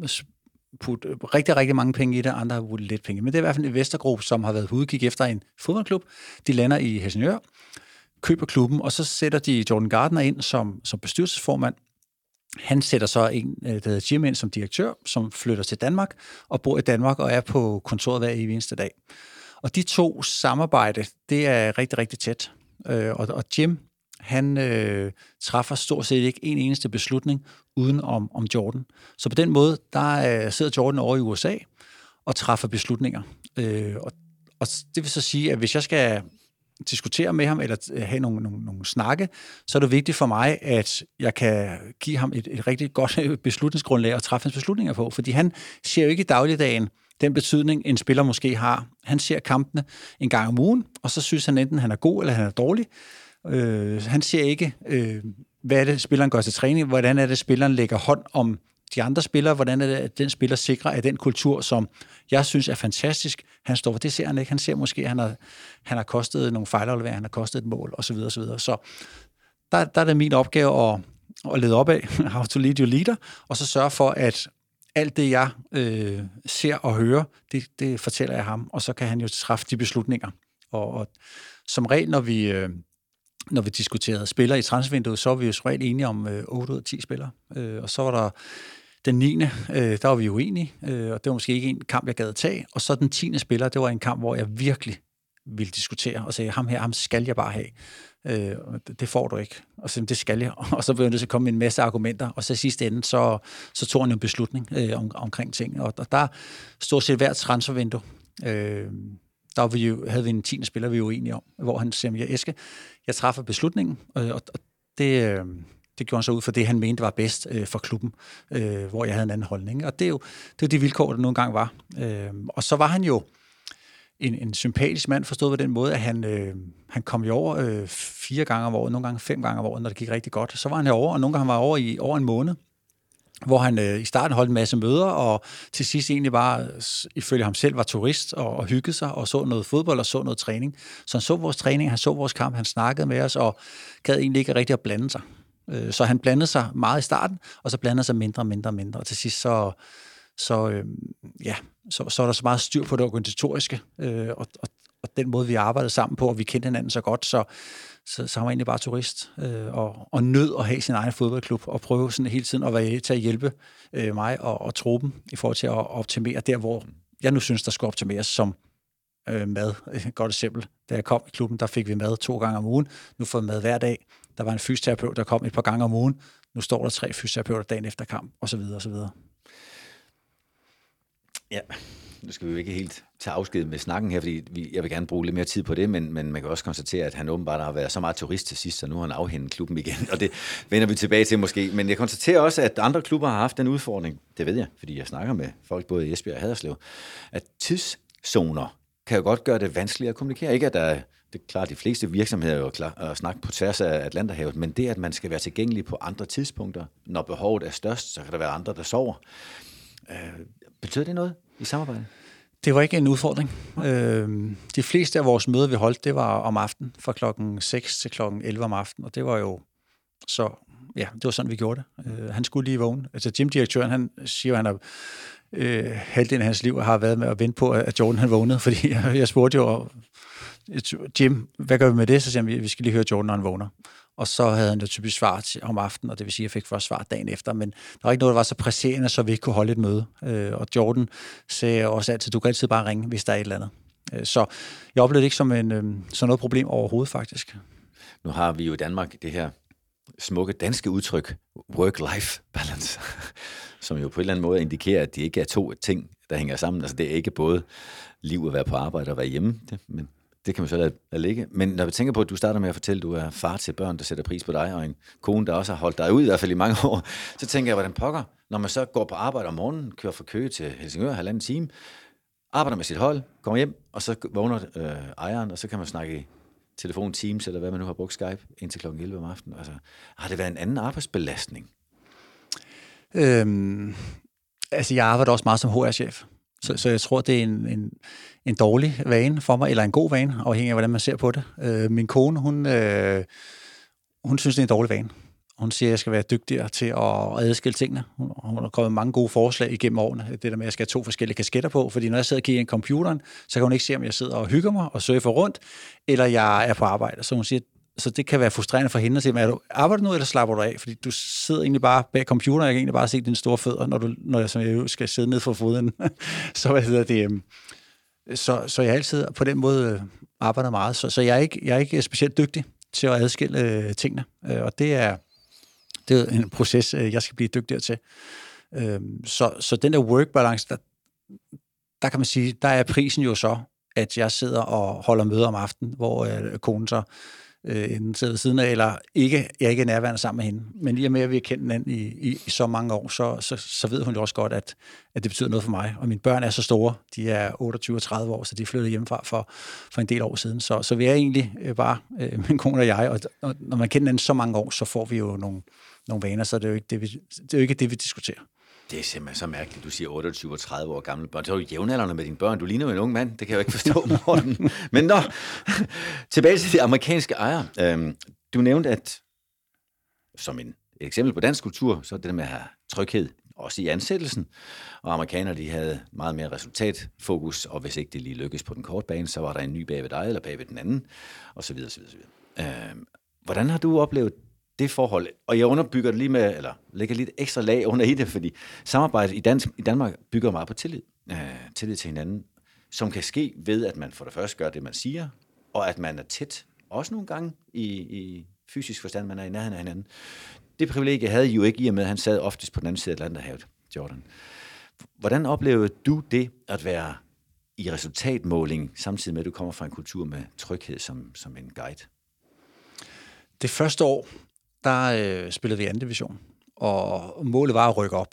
[SPEAKER 3] puttet rigtig, rigtig mange penge i det, andre har puttet lidt penge. Men det er i hvert fald en investorgruppe, som har været på udkig efter en fodboldklub. De lander i Helsingør, køber klubben, og så sætter de Jordan Gardner ind som, som bestyrelsesformand. Han sætter så en, der hedder Jim, ind som direktør, som flytter til Danmark og bor i Danmark og er på kontoret hver eneste dag. Og de to samarbejde, det er rigtig, rigtig tæt. Og, og Jim, han øh, træffer stort set ikke en eneste beslutning uden om, om Jordan. Så på den måde, der øh, sidder Jordan over i U S A og træffer beslutninger. Øh, og, og det vil så sige, at hvis jeg skal diskutere med ham, eller have nogle, nogle, nogle snakke, så er det vigtigt for mig, at jeg kan give ham et, et rigtig godt beslutningsgrundlag at træffe hans beslutninger på, fordi han ser jo ikke i dagligdagen den betydning, en spiller måske har. Han ser kampene en gang om ugen, og så synes han enten, han er god, eller han er dårlig. Øh, han ser ikke, øh, hvad er det, spilleren gør til træning, hvordan er det, spilleren lægger hånd om de andre spillere, hvordan er det, at den spiller sikrer, at den kultur, som jeg synes er fantastisk, han står for. Det ser han ikke. Han ser måske, at han har, han har kostet nogle fejlafleveringer, han har kostet et mål, osv. osv. Så der, der er det min opgave at, at lede op af, how to lead your leader, og så sørge for, at alt det, jeg øh, ser og hører, det, det fortæller jeg ham, og så kan han jo træffe de beslutninger. Og, og som regel, når vi... Øh, Når vi diskuterede spillere i transfervinduet, så var vi jo som regel enige om øh, otte ud af ti spillere. Øh, og så var der den niende, øh, der var vi uenige, øh, og det var måske ikke en kamp, jeg gad tage. Og så den tiende spiller, det var en kamp, hvor jeg virkelig ville diskutere og sige, ham her, ham skal jeg bare have. Øh, det får du ikke. Og så det skal jeg. Og så blev jeg nødt til at komme med en masse argumenter, og så sidste ende, så, så tog han en beslutning øh, om, omkring ting. Og, og der stod set hvert transfervindue. Øh, Der var vi jo, havde vi en tiende spiller, vi var uenige om, hvor han siger, jeg Eske, jeg træffer beslutningen, og, og det, det gjorde han så ud for det, han mente var bedst øh, for klubben, øh, hvor jeg havde en anden holdning. Og det er jo det er de vilkår, der nogle gange var. Øh, og så var han jo en, en sympatisk mand, forstået på den måde, at han, øh, han kom jo over øh, fire gange om året, nogle gange fem gange om året, når det gik rigtig godt. Så var han herovre, og nogle gange var han over i over en måned, hvor han øh, i starten holdt en masse møder, og til sidst egentlig bare, ifølge ham selv, var turist og, og hyggede sig, og så noget fodbold og så noget træning. Så han så vores træning, han så vores kamp, han snakkede med os, og gad egentlig ikke rigtig at blande sig. Øh, så han blandede sig meget i starten, og så blandede sig mindre, mindre, mindre, og til sidst så, så, øh, ja, så, så er der så meget styr på det organisatoriske, øh, og, og, og den måde, vi arbejdede sammen på, og vi kendte hinanden så godt, så Så, så han var egentlig bare turist, øh, og, og nød at have sin egen fodboldklub, og prøve sådan hele tiden at være til at hjælpe øh, mig og, og truppen i forhold til at optimere der, hvor jeg nu synes, der skal optimeres som øh, mad. Et godt eksempel. Da jeg kom i klubben, der fik vi mad to gange om ugen. Nu får vi mad hver dag. Der var en fysioterapeut, der kom et par gange om ugen. Nu står der tre fysioterapeuter dagen efter kamp, osv. osv.
[SPEAKER 2] Ja, nu skal vi jo ikke helt tage afsked med snakken her, fordi vi, jeg vil gerne bruge lidt mere tid på det, men, men man kan også konstatere, at han åbenbart har været så meget turist til sidst, så nu har han afhændet klubben igen, og det vender vi tilbage til måske. Men jeg konstaterer også, at andre klubber har haft den udfordring, det ved jeg, fordi jeg snakker med folk både i Esbjerg og Haderslev, at tidszoner kan jo godt gøre det vanskeligere at kommunikere. Ikke at der er, det er klart, de fleste virksomheder er jo klar at snakke på tværs af Atlanterhavet, men det, at man skal være tilgængelig på andre tidspunkter, når behovet er størst, så kan der være andre, der sover. Øh, betyder det noget i samarbejde?
[SPEAKER 3] Det var ikke en udfordring. Øh, de fleste af vores møder, vi holdt, det var om aftenen, fra klokken seks til klokken elleve om aftenen, og det var jo så, ja, det var sådan, vi gjorde det. Øh, han skulle lige vågne. Altså, gymdirektøren, han siger, at han har øh, halvdelen af hans liv har været med at vente på, at Jordan han vågnede, fordi jeg, jeg spurgte jo, Jim, hvad gør vi med det? Så siger han, vi skal lige høre Jordan, når han vågner. Og så havde han jo typisk svar om aftenen, og det vil sige, at jeg fik først svar dagen efter. Men der var ikke noget, der var så presserende, så vi ikke kunne holde et møde. Og Jordan sagde også altid, du kan altid bare ringe, hvis der er et eller andet. Så jeg oplevede det ikke som en, sådan noget problem overhovedet, faktisk.
[SPEAKER 2] Nu har vi jo i Danmark det her smukke danske udtryk, work-life balance, som jo på en eller anden måde indikerer, at det ikke er to ting, der hænger sammen. Altså det er ikke både liv at være på arbejde og være hjemme, det, men det kan man så lade, lade ligge. Men når vi tænker på, at du starter med at fortælle, at du er far til børn, der sætter pris på dig, og en kone, der også har holdt dig ud, i hvert fald i mange år, så tænker jeg, hvordan pokker, når man så går på arbejde om morgenen, kører fra Køge til Helsingør, halvanden time, arbejder med sit hold, kommer hjem, og så vågner øh, ejeren, og så kan man snakke i telefon, Teams, eller hvad man nu har brugt, Skype, indtil klokken elleve om aftenen. Altså, har det været en anden arbejdsbelastning?
[SPEAKER 3] Øhm, altså, jeg arbejder også meget som H R-chef. Så, så jeg tror, det er en, en, en dårlig vane for mig, eller en god vane, afhængig af, hvordan man ser på det. Øh, min kone, hun, øh, hun synes, det er en dårlig vane. Hun siger, at jeg skal være dygtigere til at adskille tingene. Hun, hun har kommet mange gode forslag igennem årene. Det der med, at jeg skal have to forskellige kasketter på, fordi når jeg sidder og kigger i computeren, så kan hun ikke se, om jeg sidder og hygger mig og surfer rundt, eller jeg er på arbejde. Så hun siger, så det kan være frustrerende for hende at sige, er du arbejder nu, eller slapper du af? Fordi du sidder egentlig bare bag computeren, og jeg kan egentlig bare se dine store fødder, når, du, når jeg, jeg skal sidde ned for foden. så hvad hedder det? Så, så jeg altid på den måde arbejder meget. Så, så jeg, er ikke, jeg er ikke specielt dygtig til at adskille øh, tingene. Øh, og det er, det er en proces, øh, jeg skal blive dygtigere til. Øh, så, så den der work-balance, der, der kan man sige, der er prisen jo så, at jeg sidder og holder møder om aftenen, hvor øh, konen så øh, enten sidder ved siden af, eller ikke, jeg ikke er nærværende sammen med hende. Men i og med, at vi har kendt hinanden i, i, i så mange år, så, så, så ved hun jo også godt, at, at det betyder noget for mig. Og mine børn er så store, de er otteogtyve og tredive år, så de flyttede hjemmefra for, for en del år siden. Så, så vi er egentlig øh, bare, øh, min kone og jeg, og, og når man kender hinanden så mange år, så får vi jo nogle, nogle vaner, så det er jo ikke det, vi, det, er jo ikke det, vi diskuterer.
[SPEAKER 2] Det er simpelthen så mærkeligt. Du siger otteogtyve og tredive år gamle børn. Så er du jævnaldrende med dine børn. Du ligner jo en ung mand. Det kan jeg jo ikke forstå, Morten. Men nå, tilbage til de amerikanske ejere. Øhm, du nævnte, at som en, et eksempel på dansk kultur, så er det der med at have tryghed, også i ansættelsen. Og amerikanere, de havde meget mere resultatfokus, og hvis ikke det lige lykkedes på den korte bane, så var der en ny bag ved dig, eller bag ved den anden, og så videre, så videre, så videre. Øhm, hvordan har du oplevet det forhold, og jeg underbygger det lige med, eller lægger lidt ekstra lag under i det, fordi samarbejdet i, dansk, i Danmark bygger meget på tillid. Øh, tillid til hinanden, som kan ske ved, at man for det første gør det, man siger, og at man er tæt, også nogle gange i, i fysisk forstand, man er i nærheden af hinanden. Det privilegie havde I jo ikke i og med, at han sad oftest på den anden side af Atlanterhavet, Jordan. Hvordan oplevede du det at være i resultatmåling, samtidig med, at du kommer fra en kultur med tryghed som, som en guide?
[SPEAKER 3] Det første år, der øh, spillede vi anden division, og målet var at rykke op.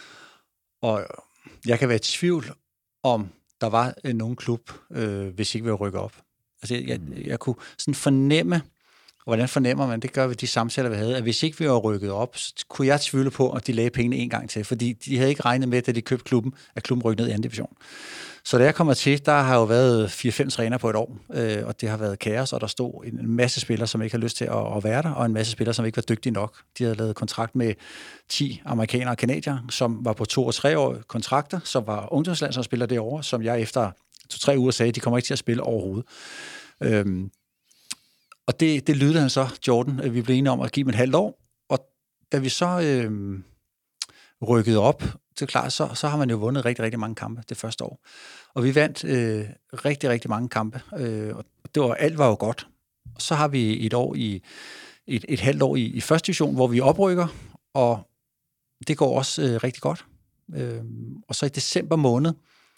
[SPEAKER 3] Og jeg kan være i tvivl om, der var øh, nogen klub, øh, hvis ikke vi rykke op. Altså, jeg, jeg, jeg kunne sådan fornemme, hvordan fornemmer man, det gør vi de samtaler, vi havde, at hvis ikke vi var rykket op, så kunne jeg tvivle på, at de lagde pengene en gang til, fordi de havde ikke regnet med, da de købte klubben, at klubben rykkede ned i anden division. Så da jeg kommer til, der har jo været fire fem træner på et år, øh, og det har været kaos, og der stod en masse spillere, som ikke har lyst til at, at være der, og en masse spillere, som ikke var dygtige nok. De havde lavet kontrakt med ti amerikanere og kanadier, som var på to- og treårige kontrakter, som var ungdomslandsholdsspillere derovre, som jeg efter to-tre uger sagde, de kommer ikke til at spille overhovedet. Øhm, og det, det lydede han så, Jordan. Vi blev enige om at give dem et halvt år, og da vi så øh, rykkede op, det er klart, så, så har man jo vundet rigtig, rigtig mange kampe det første år. Og vi vandt øh, rigtig, rigtig mange kampe, øh, og det var, alt var jo godt. Og så har vi et år i et, et halvt år i, i første division, hvor vi oprykker, og det går også øh, rigtig godt. Øh, og så i december måned,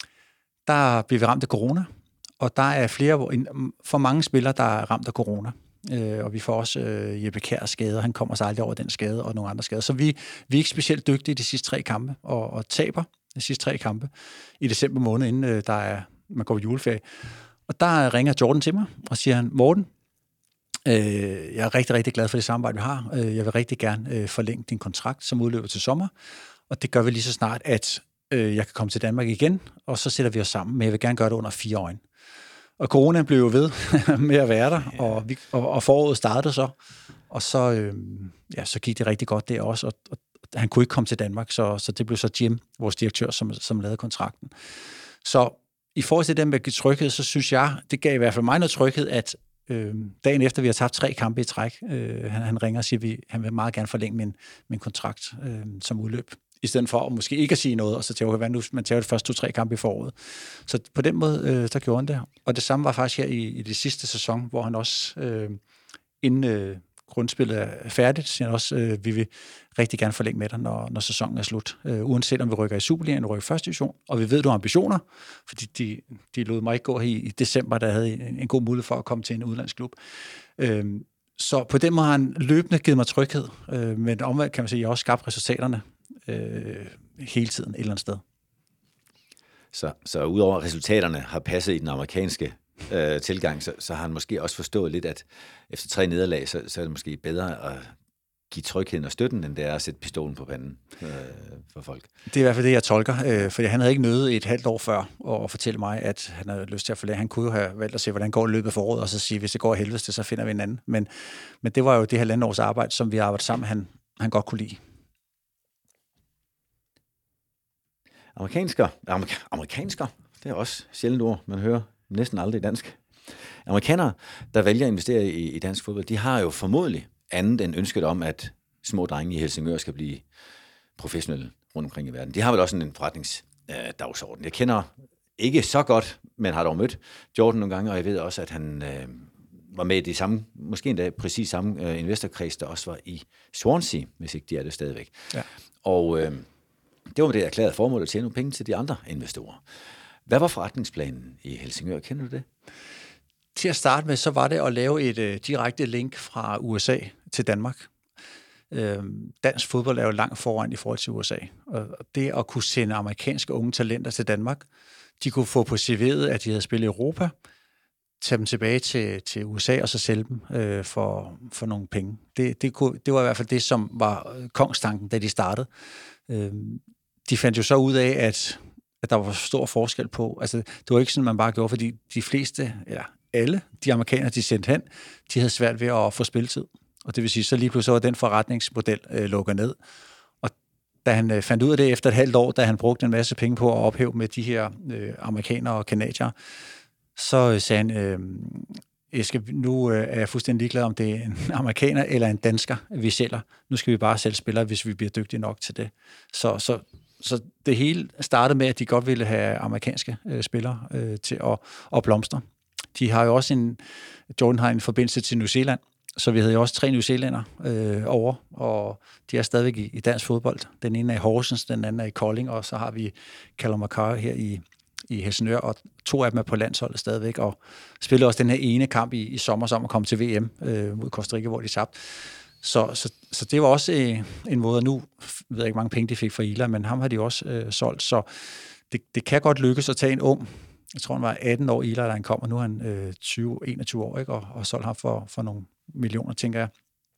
[SPEAKER 3] der bliver vi ramt af corona, og der er flere, for mange spillere, der er ramt af corona. Øh, og vi får også øh, Jeppe Kjær skade, han kommer sig aldrig over den skade, og nogle andre skader. Så vi, vi er ikke specielt dygtige de sidste tre kampe, og, og taber de sidste tre kampe i december måned, inden øh, der er, man går på juleferie. Og der ringer Jordan til mig, og siger han, Morten, øh, jeg er rigtig, rigtig glad for det samarbejde, vi har. Øh, jeg vil rigtig gerne øh, forlænge din kontrakt, som udløber til sommer, og det gør vi lige så snart, at øh, jeg kan komme til Danmark igen, og så sætter vi os sammen, men jeg vil gerne gøre det under fire øjne. Og corona blev jo ved med at være der, og, vi, og, og foråret startede så, og så, øh, ja, så gik det rigtig godt der også, og, og han kunne ikke komme til Danmark, så, så det blev så Jim, vores direktør, som, som lavede kontrakten. Så i forhold til den med tryghed, så synes jeg, det gav i hvert fald mig noget tryghed, at øh, dagen efter vi har tabt tre kampe i træk, øh, han, han ringer og siger, at han vil meget gerne forlænge min, min kontrakt øh, som udløb, i stedet for at måske ikke at sige noget, og så tænker jeg, nu man tager de første to-tre kampe i foråret. Så på den måde, øh, der gjorde han det. Og det samme var faktisk her i, i det sidste sæson, hvor han også, øh, inden øh, grundspillet er færdigt, siger han også, øh, vi vil rigtig gerne forlænge med dig, når, når sæsonen er slut. Øh, uanset om vi rykker i Superligaen eller rykker i første division. Og vi ved, du har ambitioner, fordi de, de lod mig ikke gå her i, i december, der havde en, en god mulighed for at komme til en udlandsklub. Øh, så på den måde har han løbende givet mig tryghed. Øh, men omvendt kan man sige, at jeg også skabt resultaterne Øh, hele tiden et eller andet sted.
[SPEAKER 2] Så, så udover resultaterne har passet i den amerikanske øh, tilgang, så, så har han måske også forstået lidt, at efter tre nederlag, så, så er det måske bedre at give trygheden og støtten, end det er at sætte pistolen på panden øh, for folk.
[SPEAKER 3] Det er i hvert fald det, jeg tolker, øh, for han havde ikke nødt et halvt år før at fortælle mig, at han havde lyst til at forlade. Han kunne jo have valgt at se, hvordan går løbet for året, og så sige, hvis det går helvedes til, så finder vi en anden. Men, men det var jo det halvandet års arbejde, som vi arbejdede sammen, han, han godt kunne lide.
[SPEAKER 2] Amerikansker, amerika, amerikansker, det er også sjældent ord, man hører næsten aldrig i dansk. Amerikanere, der vælger at investere i, i dansk fodbold, de har jo formodentlig andet end ønsket om, at små drenge i Helsingør skal blive professionelle rundt omkring i verden. De har vel også en forretningsdagsorden. Øh, jeg kender ikke så godt, men har dog mødt Jordan nogle gange, og jeg ved også, at han øh, var med i de samme, måske endda præcis samme øh, investorkreds, der også var i Swansea, hvis ikke de er det stadigvæk. Ja. Og øh, det var med det erklærede formål at tjene nogle penge til de andre investorer. Hvad var forretningsplanen i Helsingør? Kender du det?
[SPEAKER 3] Til at starte med, så var det at lave et øh, direkte link fra U S A til Danmark. Øh, dansk fodbold er jo langt foran i forhold til U S A. Og det at kunne sende amerikanske unge talenter til Danmark, de kunne få på C V'et, at de havde spillet i Europa, tage dem tilbage til, til U S A og så sælge dem øh, for, for nogle penge. Det, det, kunne, det var i hvert fald det, som var kongstanken, da de startede. Øh, de fandt jo så ud af, at, at der var stor forskel på. Altså, det var ikke sådan, man bare gjorde, fordi de fleste, eller alle de amerikanere, de sendte hen, de havde svært ved at få spilletid. Og det vil sige, så lige pludselig var den forretningsmodel øh, lukket ned. Og da han øh, fandt ud af det efter et halvt år, da han brugte en masse penge på at ophæve med de her øh, amerikanere og kanadier, så øh, sagde han, øh, Eske, nu øh, er jeg fuldstændig ligeglad, om det er en amerikaner eller en dansker, vi sælger. Nu skal vi bare sælge spillere, hvis vi bliver dygtige nok til det. Så, så, så det hele startede med, at de godt ville have amerikanske øh, spillere øh, til at, at blomstre. De har jo også en, Jordan har en forbindelse til New Zealand, så vi havde jo også tre New Zealandere øh, over, og de er stadigvæk i, i dansk fodbold. Den ene er i Horsens, den anden er i Kolding, og så har vi Callum Mackay her i, i Helsingør, og to af dem er på landsholdet stadigvæk, og spiller også den her ene kamp i, i sommer, som at komme til V M øh, mod Costa Rica, hvor de tabte. Så, så, så det var også øh, en måde, nu ved jeg ikke, mange penge de fik fra Ila, men ham har de også øh, solgt, så det, det kan godt lykkes at tage en ung. Jeg tror, han var atten år, Ila, da han kom, og nu er han øh, tyve, enogtyve år, ikke? Og, og solgt ham for, for nogle millioner, tænker jeg.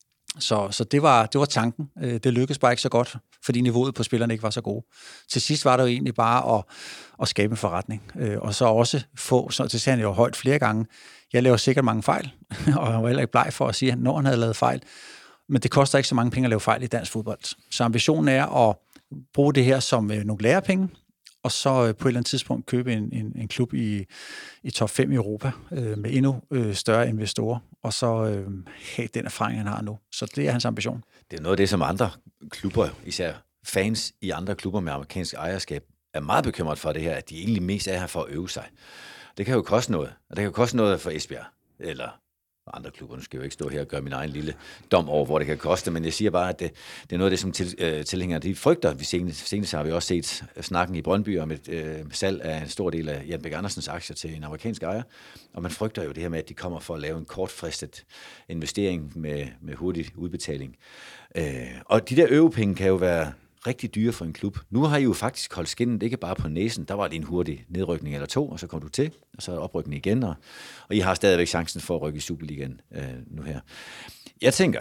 [SPEAKER 3] Så, så det, var, det var tanken. Det lykkedes bare ikke så godt, fordi niveauet på spillerne ikke var så gode. Til sidst var det jo egentlig bare at, at skabe en forretning, og så også få, så til han jo højt flere gange, jeg laver sikkert mange fejl, og han var heller ikke bleg for at sige, at når han havde lavet fejl, men det koster ikke så mange penge at lave fejl i dansk fodbold. Så ambitionen er at bruge det her som nogle lærepenge, og så på et eller andet tidspunkt købe en, en, en klub i, i top fem i Europa øh, med endnu øh, større investorer, og så øh, have den erfaring, han har nu. Så det er hans ambition.
[SPEAKER 2] Det er noget af det, som andre klubber, især fans i andre klubber med amerikansk ejerskab, er meget bekymret for det her, at de egentlig mest er her for at øve sig. Det kan jo koste noget, og det kan jo koste noget for Esbjerg, eller andre klubber. Nu skal jeg jo ikke stå her og gøre min egen lille dom over, hvor det kan koste, men jeg siger bare, at det, det er noget af det, som til, øh, tilhængere de frygter. Vi senest, senest har vi også set snakken i Brøndby om et øh, salg af en stor del af Jan Bæk Andersens aktier til en amerikansk ejer, og man frygter jo det her med, at de kommer for at lave en kortfristet investering med, med hurtig udbetaling. Øh, og de der øvepenge kan jo være rigtig dyre for en klub. Nu har I jo faktisk holdt skinnet ikke bare på næsen. Der var det en hurtig nedrykning eller to, og så kom du til, og så oprykning igen, og, og I har stadigvæk chancen for at rykke i Superligaen øh, nu her. Jeg tænker,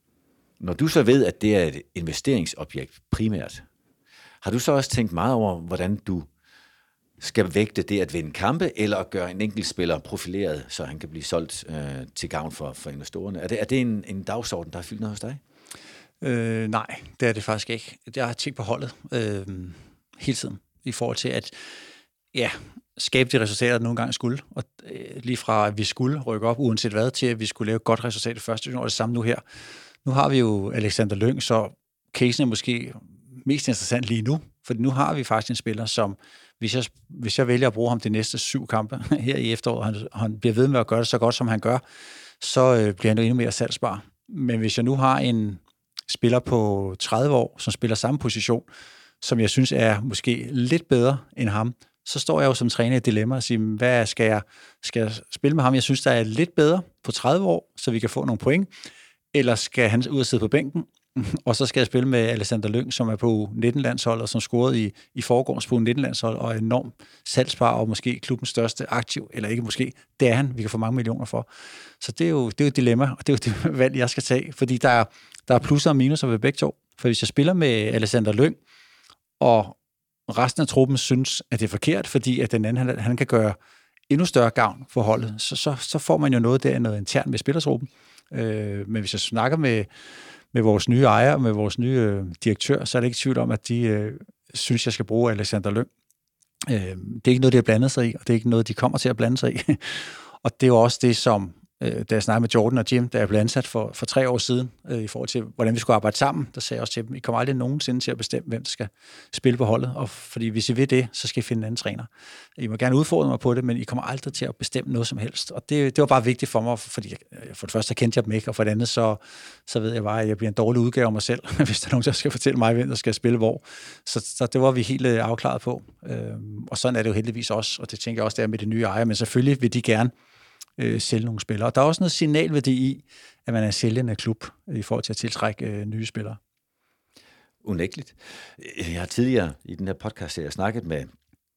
[SPEAKER 2] når du så ved, at det er et investeringsobjekt primært, har du så også tænkt meget over, hvordan du skal vægte det at vinde kampe, eller at gøre en enkelt spiller profileret, så han kan blive solgt øh, til gavn for, for investorerne? Er det, er det en, en dagsorden, der er fyldt noget hos dig?
[SPEAKER 3] Øh, nej, det er det faktisk ikke. Jeg har tænkt på holdet øh, hele tiden, i forhold til at ja, skabe de resultater, der nogle gange skulle. Og øh, lige fra, at vi skulle rykke op, uanset hvad, til at vi skulle lave et godt resultat i første division, og det samme nu her. Nu har vi jo Alexander Lyng, så casen er måske mest interessant lige nu, for nu har vi faktisk en spiller, som hvis jeg, hvis jeg vælger at bruge ham de næste syv kampe her i efteråret, og han, han bliver ved med at gøre det så godt, som han gør, så øh, bliver han jo endnu mere salgsbar. Men hvis jeg nu har en spiller på tredive år, som spiller samme position, som jeg synes er måske lidt bedre end ham, så står jeg jo som træner i et dilemma og siger, hvad skal jeg, skal jeg spille med ham? Jeg synes, der er lidt bedre på tredive år, så vi kan få nogle point, eller skal han ud og sidde på bænken, og så skal jeg spille med Alexander Lyng, som er på U nitten-landsholdet, og som scorede i, i forgårs på U nitten-landshold, og er enormt salgsbar, og måske klubbens største aktiv, eller ikke måske, det er han, vi kan få mange millioner for. Så det er jo, det er jo et dilemma, og det er jo det valg, jeg skal tage, fordi der er, der er plusser og minuser ved begge to. For hvis jeg spiller med Alexander Lyng, og resten af truppen synes, at det er forkert, fordi at den anden, han, han kan gøre endnu større gavn for holdet, så, så, så får man jo noget der, noget internt med spillertruppen. Øh, men hvis jeg snakker med, med vores nye ejer, med vores nye øh, direktør, så er det ikke tvivl om, at de øh, synes, jeg skal bruge Alexander Lyng. Øh, det er ikke noget, de har blandet sig i, og det er ikke noget, de kommer til at blande sig i. Og det er jo også det, som da jeg snakkede med Jordan og Jim, da jeg blev ansat for, for tre år siden, øh, i forhold til, hvordan vi skulle arbejde sammen, der sagde jeg også til dem, I kommer aldrig nogensinde til at bestemme, hvem der skal spille på holdet, og fordi hvis I vil det, så skal I finde en anden træner. I må gerne udfordre mig på det, men I kommer aldrig til at bestemme noget som helst. Og det, det var bare vigtigt for mig, fordi jeg, for det første kendte jeg dem ikke, og for det andet, så, så ved jeg bare, at jeg bliver en dårlig udgave af mig selv, hvis der er nogen, der skal fortælle mig, hvem der skal spille hvor. Så, så det var vi helt afklaret på. Øhm, og sådan er det jo heldigvis også, og det tænker jeg også der med de nye ejere, men selvfølgelig vil de gerne Øh, sælge nogle spillere. Og der er også noget signalværdi i, at man er sælgende klub i forhold til at tiltrække øh, nye spillere.
[SPEAKER 2] Unægteligt. Jeg har tidligere i den her podcast, jeg har snakket med,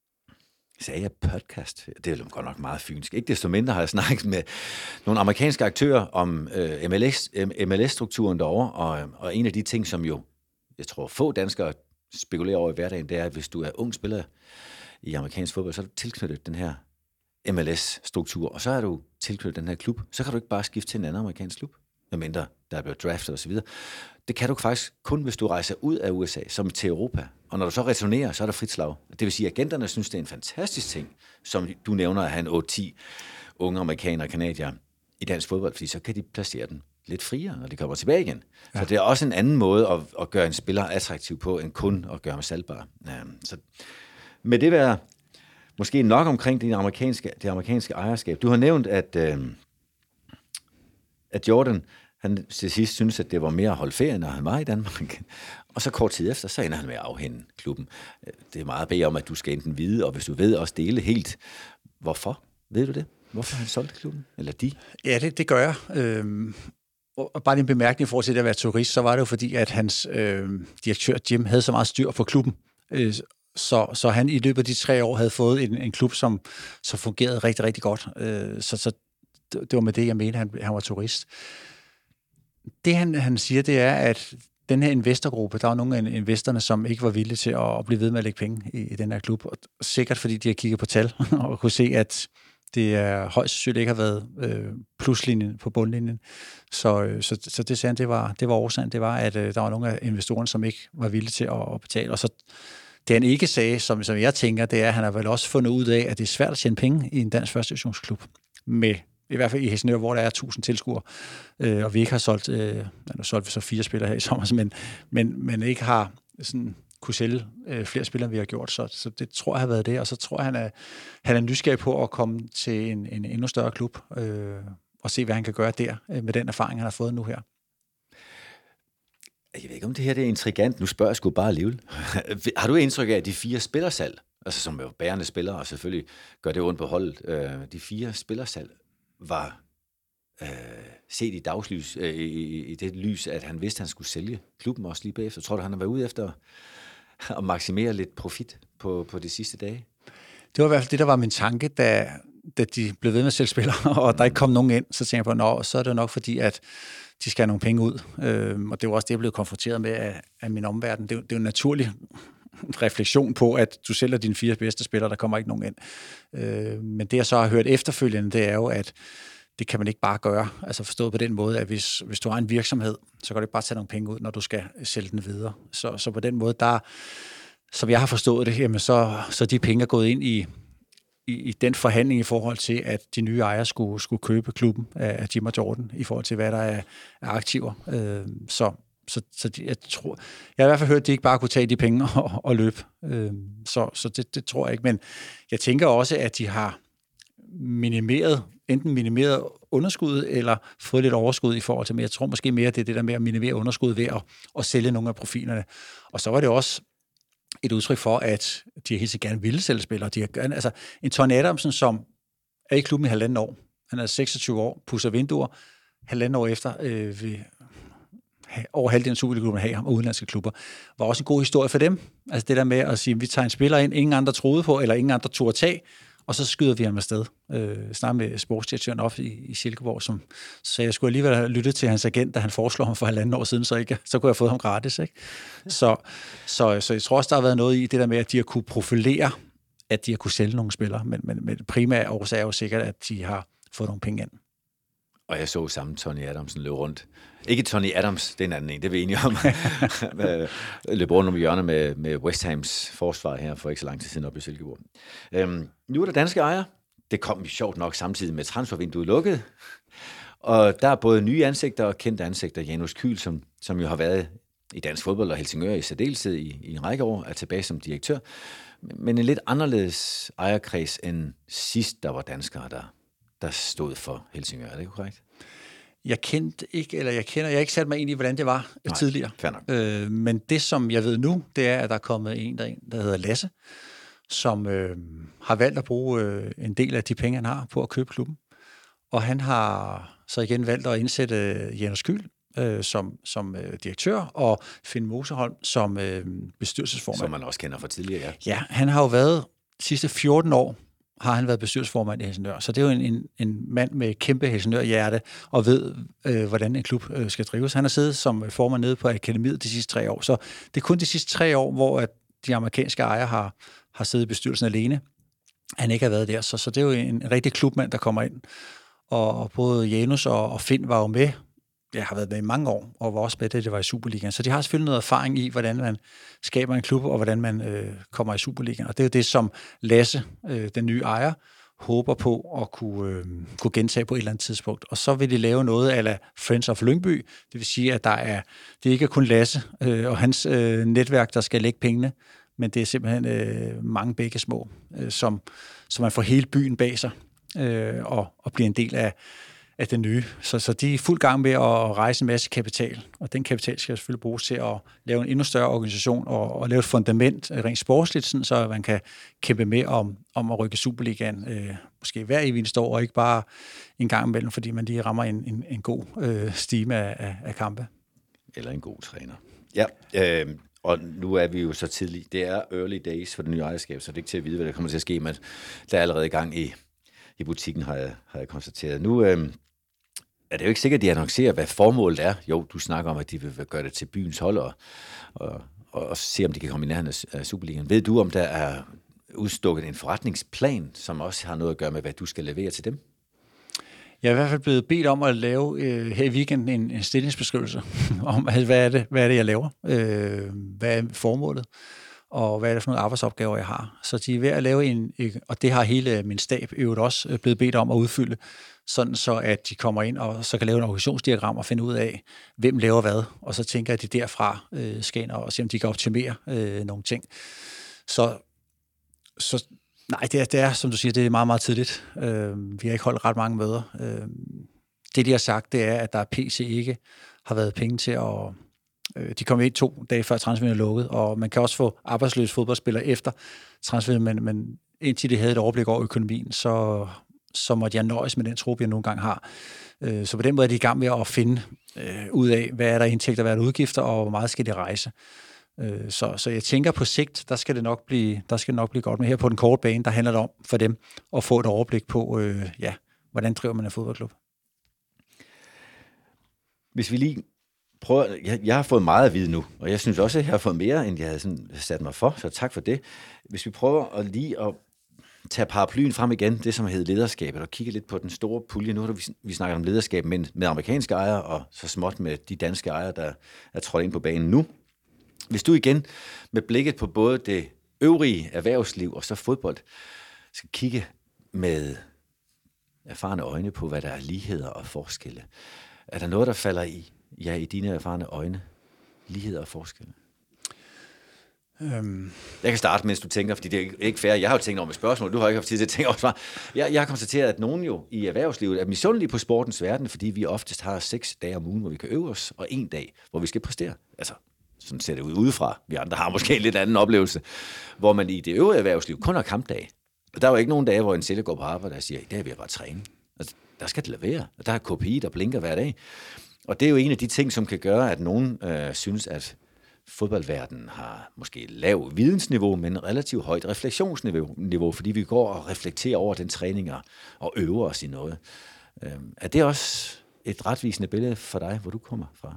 [SPEAKER 2] sagde jeg podcast? Det er jo godt nok meget fynsk. Ikke desto mindre har jeg snakket med nogle amerikanske aktører om øh, M L S, M L S-strukturen derovre, og, og en af de ting, som jo, jeg tror, få danskere spekulerer over i hverdagen, det er, at hvis du er ung spiller i amerikansk fodbold, så er du tilknyttet den her M L S-struktur, og så er du tilknyttet den her klub, så kan du ikke bare skifte til en anden amerikansk klub, medmindre der er blevet draftet osv. Det kan du faktisk kun, hvis du rejser ud af U S A, som til Europa. Og når du så returnerer, så er der frit slag. Det vil sige, at agenterne synes, det er en fantastisk ting, som du nævner, at have en otte ti unge amerikanere og kanadier i dansk fodbold, fordi så kan de placere den lidt friere, når de kommer tilbage igen. Ja. Så det er også en anden måde at, at gøre en spiller attraktiv på, end kun at gøre ham salgbar. Så med det være måske nok omkring det amerikanske, det amerikanske ejerskab. Du har nævnt, at, øh, at Jordan, han til sidst synes, at det var mere at holde ferie, når han var i Danmark. Og så kort tid efter, så ender han med at afhænde klubben. Det er meget at bede om, at du skal enten vide, og hvis du ved, også dele helt. Hvorfor? Ved du det? Hvorfor har han solgt klubben? Eller de?
[SPEAKER 3] Ja, det, det gør jeg. Øhm, og bare en bemærkning i forhold til det at være turist, så var det jo fordi, at hans øh, direktør Jim havde så meget styr på klubben. Øh, Så, så han i løbet af de tre år havde fået en, en klub, som, som fungerede rigtig, rigtig godt. Øh, så, så det var med det, jeg mente, han, han var turist. Det, han, han siger, det er, at den her investorgruppe, der var nogle af investorerne, som ikke var villige til at, at blive ved med at lægge penge i, i den her klub. Og sikkert fordi de har kigget på tal og kunne se, at det er højst sandsynligt ikke har været øh, pluslinjen på bundlinjen. Så, så, så det sagde han, det var, det var årsagen. Det var, at øh, der var nogle af investorerne, som ikke var villige til at, at betale. Og så det han ikke sagde, som, som jeg tænker, det er, at han har vel også fundet ud af, at det er svært at tjene penge i en dansk første divisionsklub. Med, i hvert fald i Helsingør, hvor der er tusind tilskuere, øh, og vi ikke har solgt, øh, nu solgte vi så fire spillere her i sommer, men, men, men ikke har sådan, kunne sælge øh, flere spillere, end vi har gjort. Så, så det tror jeg har været det, og så tror jeg, han er, han er nysgerrig på at komme til en, en endnu større klub, øh, og se, hvad han kan gøre der, øh, med den erfaring, han har fået nu her.
[SPEAKER 2] Jeg ved ikke, om det her det er intrigant. Nu spørger jeg sgu bare alligevel. Har du indtryk af, at de fire spillersalg, altså som jo bærende spillere, og selvfølgelig gør det ondt på holdet, øh, de fire spillersalg var øh, set i dagslys, øh, i, i det lys, at han vidste, at han skulle sælge klubben også lige bagefter. Tror du, han har været ude efter at maksimere lidt profit på, på de sidste dage?
[SPEAKER 3] Det var i hvert fald det, der var min tanke, da, da de blev ved med at sælge spillere, og der ikke kom nogen ind. Så tænkte jeg på, nå, så er det nok fordi, at de skal have nogle penge ud. Øhm, og det var også det, jeg blev konfronteret med af, af min omverden. Det, det er jo en naturlig refleksion på, at du sælger dine fire bedste spillere, der kommer ikke nogen ind. Øh, men det, jeg så har hørt efterfølgende, det er jo, at det kan man ikke bare gøre. Altså forstået på den måde, at hvis, hvis du har en virksomhed, så kan du ikke bare tage nogle penge ud, når du skal sælge den videre. Så, så på den måde, der, som jeg har forstået det, jamen så, så de penge er gået ind i I, i den forhandling i forhold til, at de nye ejere skulle, skulle købe klubben af Jim og Jordan, i forhold til, hvad der er, er aktiver. Øh, så så, så de, jeg tror, jeg har i hvert fald hørt, at de ikke bare kunne tage de penge og, og løbe. Øh, så så det, det tror jeg ikke. Men jeg tænker også, at de har minimeret, enten minimeret underskud, eller fået lidt overskud i forhold til, men jeg tror måske mere, det er det der med at minimere underskud ved at, at sælge nogle af profilerne. Og så var det også et udtryk for, at de helt gerne ville sælge spillere. De har, altså, en Tony Adamsen, som er i klubben i halvanden år, han er seksogtyve år, pusser vinduer, halvanden år efter øh, vil over halvdelen af Superliga-klubben have ham, og udenlandske klubber, var også en god historie for dem. Altså det der med at sige, at vi tager en spiller ind, ingen andre troede på, eller ingen andre turde tage, og så skyder vi ham afsted. Øh, snart med sportsdirektøren op i, i Silkeborg, som så jeg skulle alligevel have lyttet til hans agent, da han foreslår ham for halvanden år siden, så, ikke, så kunne jeg have fået ham gratis. Ikke? Så, så, så jeg tror også, der har været noget i det der med, at de har kunne profilere, at de har kunne sælge nogle spillere, men, men, men det primære årsag er jo sikkert, at de har fået nogle penge ind.
[SPEAKER 2] Og jeg så sammen Tony Adamsen løb rundt. Ikke Tony Adams, det er en anden en, det er vi enige om. Løb rundt om hjørnet med, med West Hams forsvar her for ikke så lang tid siden op i Silkeborg. Øhm, nu er der danske ejere. Det kom sjovt nok samtidig med transfervinduet lukket. Og der er både nye ansigter og kendte ansigter. Janus Kyhl, som, som jo har været i dansk fodbold og Helsingør i særdeleshed i, i en række år, er tilbage som direktør. Men en lidt anderledes ejerkreds end sidst, der var danskere, der, der stod for Helsingør. Er det korrekt?
[SPEAKER 3] Jeg kendte ikke, eller jeg kender, jeg har ikke sat mig ind i, hvordan det var Nej, tidligere. Øh, men det, som jeg ved nu, det er, at der er kommet en, der, der hedder Lasse, som øh, har valgt at bruge øh, en del af de penge, han har på at købe klubben. Og han har så igen valgt at indsætte øh, Janus Kyhl øh, som, som øh, direktør, og Finn Moseholm som øh, bestyrelsesformand.
[SPEAKER 2] Som man også kender fra tidligere, ja.
[SPEAKER 3] Ja, han har jo været de sidste fjorten år, har han været bestyrelsesformand i Helsingør. Så det er jo en, en, en mand med kæmpe Helsingør-hjerte, og ved, øh, hvordan en klub øh, skal drives. Han har siddet som formand nede på akademiet de sidste tre år. Så det er kun de sidste tre år, hvor at de amerikanske ejere har, har siddet i bestyrelsen alene. Han ikke har været der. Så, så det er jo en, en rigtig klubmand, der kommer ind. Og, og både Janus og, og Finn var jo med. Jeg har været med i mange år, og var også med det, det var i Superligaen. Så de har selvfølgelig noget erfaring i, hvordan man skaber en klub, og hvordan man øh, kommer i Superligaen. Og det er jo det, som Lasse, øh, den nye ejer, håber på at kunne, øh, kunne gentage på et eller andet tidspunkt. Og så vil de lave noget a la Friends of Lyngby. Det vil sige, at der er, det er ikke kun Lasse øh, og hans øh, netværk, der skal lægge pengene, men det er simpelthen øh, mange begge små, øh, som, som man får hele byen bag sig øh, og, og bliver en del af af det nye. Så, så de er fuld gang med at rejse en masse kapital, og den kapital skal selvfølgelig bruges til at lave en endnu større organisation og, og lave et fundament rent sportsligt, sådan, så man kan kæmpe med om, om at rykke Superligaen øh, måske hver eneste år, og ikke bare en gang imellem, fordi man lige rammer en, en, en god øh, stime af, af kampe.
[SPEAKER 2] Eller en god træner. Ja, øh, og nu er vi jo så tidligt. Det er early days for det nye ejerskab, så det er ikke til at vide, hvad der kommer til at ske, men der er allerede i gang i, i butikken, har jeg, har jeg konstateret. Nu øh, er det jo ikke sikkert, at de annoncerer, hvad formålet er. Jo, du snakker om, at de vil gøre det til byens hold, og, og, og se, om de kan komme i nærheden af Superligaen. Ved du, om der er udstukket en forretningsplan, som også har noget at gøre med, hvad du skal levere til dem?
[SPEAKER 3] Jeg er i hvert fald blevet bedt om at lave øh, her i weekenden en, en stillingsbeskrivelse om, hvad er, det, hvad er det, jeg laver? Øh, hvad er formålet? Og hvad er det for nogle arbejdsopgaver, jeg har? Så de er ved at lave en, og det har hele min stab øvrigt også blevet bedt om at udfylde, sådan så at de kommer ind og så kan lave en organisationsdiagram og finde ud af, hvem laver hvad. Og så tænker jeg, at de derfra øh, skal ind og se, om de kan optimere øh, nogle ting. Så, så nej, det er, det er, som du siger, det er meget, meget tidligt. Øh, vi har ikke holdt ret mange møder. Øh, det, de har sagt, det er, at der P C ikke har været penge til at... De kom ind to dage før transfervinduet lukket, og man kan også få arbejdsløse fodboldspillere efter transfervinduet, men, men indtil de havde et overblik over økonomien, så, så måtte jeg nøjes med den trup, jeg nogle gange har. Så på den måde er de i gang med at finde øh, ud af, hvad er der indtægter, hvad er der udgifter, og hvor meget skal de rejse. Så, så jeg tænker på sigt, der skal det nok blive, der skal det nok blive godt. Men her på den korte bane, der handler det om for dem at få et overblik på, øh, ja, hvordan driver man en fodboldklub.
[SPEAKER 2] Hvis vi lige prøver, jeg, jeg har fået meget at vide nu, og jeg synes også, at jeg har fået mere, end jeg havde sådan sat mig for, så tak for det. Hvis vi prøver at lige at tage paraplyen frem igen, det som hedder lederskabet, og kigge lidt på den store pulje. Nu har vi, vi snakket om lederskab med, med amerikanske ejere, og så småt med de danske ejere, der er trådt ind på banen nu. Hvis du igen med blikket på både det øvrige erhvervsliv og så fodbold, skal kigge med erfarne øjne på, hvad der er ligheder og forskelle. Er der noget, der falder i, ja, i dine erfarne øjne? Ligheder og forskelle? Um. Jeg kan starte, mens du tænker, fordi det er ikke fair. Jeg har jo tænkt over med spørgsmål, du har ikke haft tid til at tænke over svar. Jeg, jeg har konstateret, at nogen jo i erhvervslivet er misundelige på sportens verden, fordi vi oftest har seks dage om ugen, hvor vi kan øve os, og en dag, hvor vi skal præstere. Altså, sådan ser det ud udefra. Vi andre har måske en lidt anden oplevelse, hvor man i det øvrige erhvervsliv kun har kampdage. Og der er jo ikke nogen dage, hvor en sælger går på arbejde og siger, i dag vil jeg bare træne. Altså, der skal det levere. Og der er K P I, der blinker hver dag. Og det er jo en af de ting, som kan gøre, at nogen øh, synes, at fodboldverdenen har måske lav vidensniveau, men relativt højt refleksionsniveau, fordi vi går og reflekterer over den træning og øver os i noget. Øh, er det også et retvisende billede for dig, hvor du kommer fra?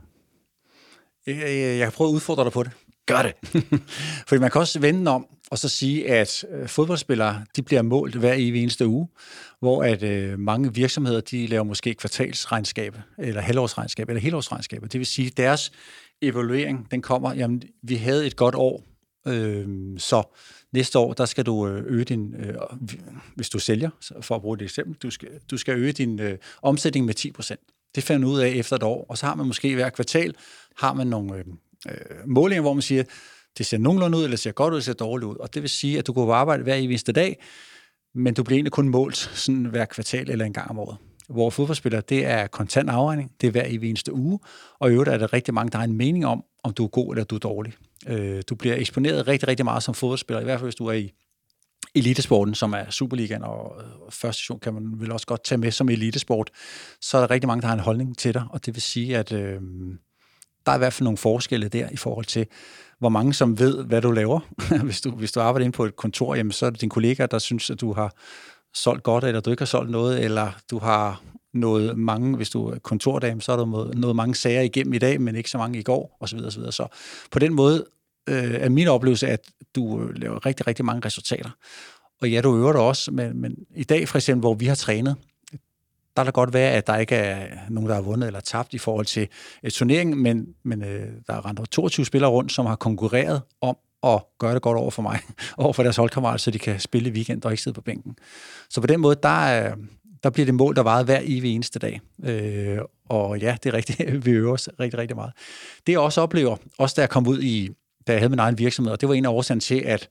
[SPEAKER 3] Jeg, jeg, jeg kan prøve at udfordre dig på det.
[SPEAKER 2] Gør det!
[SPEAKER 3] Fordi man kan også vende om og så sige, at fodboldspillere de bliver målt hver evig eneste uge, hvor at øh, mange virksomheder de laver måske kvartalsregnskab, eller halvårsregnskab, eller helårsregnskab. Det vil sige, at deres evaluering, den kommer, jamen, vi havde et godt år, øh, så næste år, der skal du øge din, øh, hvis du sælger, for at bruge det eksempel, du skal, du skal øge din øh, omsætning med ti procent. Det finder man ud af efter et år, og så har man måske hver kvartal, har man nogle øh, målinger, hvor man siger, det ser nogenlunde ud, eller ser godt ud, eller ser dårligt ud. Og det vil sige, at du går på arbejde hver eneste dag, men du bliver egentlig kun målt sådan hver kvartal eller en gang om året. Hvor fodboldspillere, det er kontant afregning, det er hver eneste uge, og i øvrigt er der rigtig mange, der har en mening om, om du er god eller du er dårlig. Du bliver eksponeret rigtig, rigtig meget som fodboldspiller, i hvert fald hvis du er i elitesporten, som er Superligaen, og første division kan man vel også godt tage med som elitesport, så er der rigtig mange, der har en holdning til dig, og det vil sige, at øh, der er i hvert fald nogle forskelle der i forhold til, hvor mange som ved, hvad du laver. hvis, du, hvis du arbejder inde på et kontor, jamen, så er det din kollega, der synes, at du har solgt godt, eller du ikke har solgt noget, eller du har noget mange, hvis du er kontordame, så har du noget mange sager igennem i dag, men ikke så mange i går, osv. osv. Så på den måde øh, er min oplevelse, at du laver rigtig, rigtig mange resultater. Og ja, du øver dig også, men, men i dag for eksempel, hvor vi har trænet, der kan det godt være, at der ikke er nogen, der har vundet eller tabt i forhold til et turnering, men, men øh, der er rent toogtyve spillere rundt, som har konkurreret om at gøre det godt over for mig, over for deres holdkammerater, så de kan spille i weekend og ikke sidde på bænken. Så på den måde, der, der bliver det mål, der varer hver evig eneste dag. Øh, og ja, det er rigtigt, vi øver os rigtig, rigtig meget. Det jeg også oplever, også da jeg kom ud i, da jeg havde min egen virksomhed, og det var en af årsagerne til, at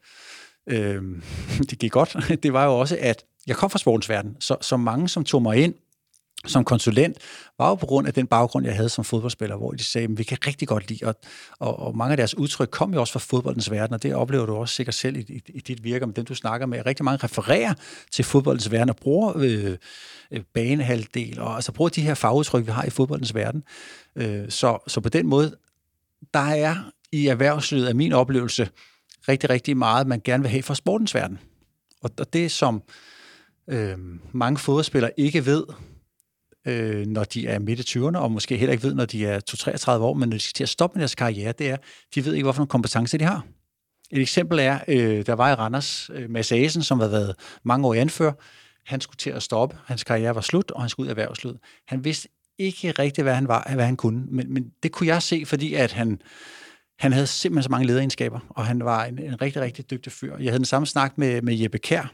[SPEAKER 3] øh, det gik godt, det var jo også, at jeg kom fra sportens verden, så, så mange, som tog mig ind som konsulent, var jo på grund af den baggrund, jeg havde som fodboldspiller, hvor de sagde, at vi kan rigtig godt lide, og, og, og mange af deres udtryk kom jo også fra fodboldens verden, og det oplever du også sikkert selv i, i, i dit virke med dem, du snakker med. Rigtig mange refererer til fodboldens verden og bruger øh, banehalvdel, og altså bruger de her fagudtryk, vi har i fodboldens verden. Øh, så, så på den måde, der er i erhvervslivet af min oplevelse rigtig, rigtig meget, man gerne vil have fra sportens verden. Og, og det, som øh, mange fodboldspillere ikke ved, Øh, når de er midt i tyverne, og måske heller ikke ved, når de er toogtredive treogtredive år, men når de skal til at stoppe med deres karriere, det er, de ved ikke, hvorfor nogle kompetencer de har. Et eksempel er, øh, der var i Randers, øh, Mads Asen, som havde været mange år i anfører. Han skulle til at stoppe, hans karriere var slut, og han skulle ud af erhvervslivet. Han vidste ikke rigtigt, hvad han var, hvad han kunne, men, men det kunne jeg se, fordi at han, han havde simpelthen så mange lederegenskaber, og han var en, en rigtig, rigtig dygtig fyr. Jeg havde den samme snak med, med Jeppe Kjær,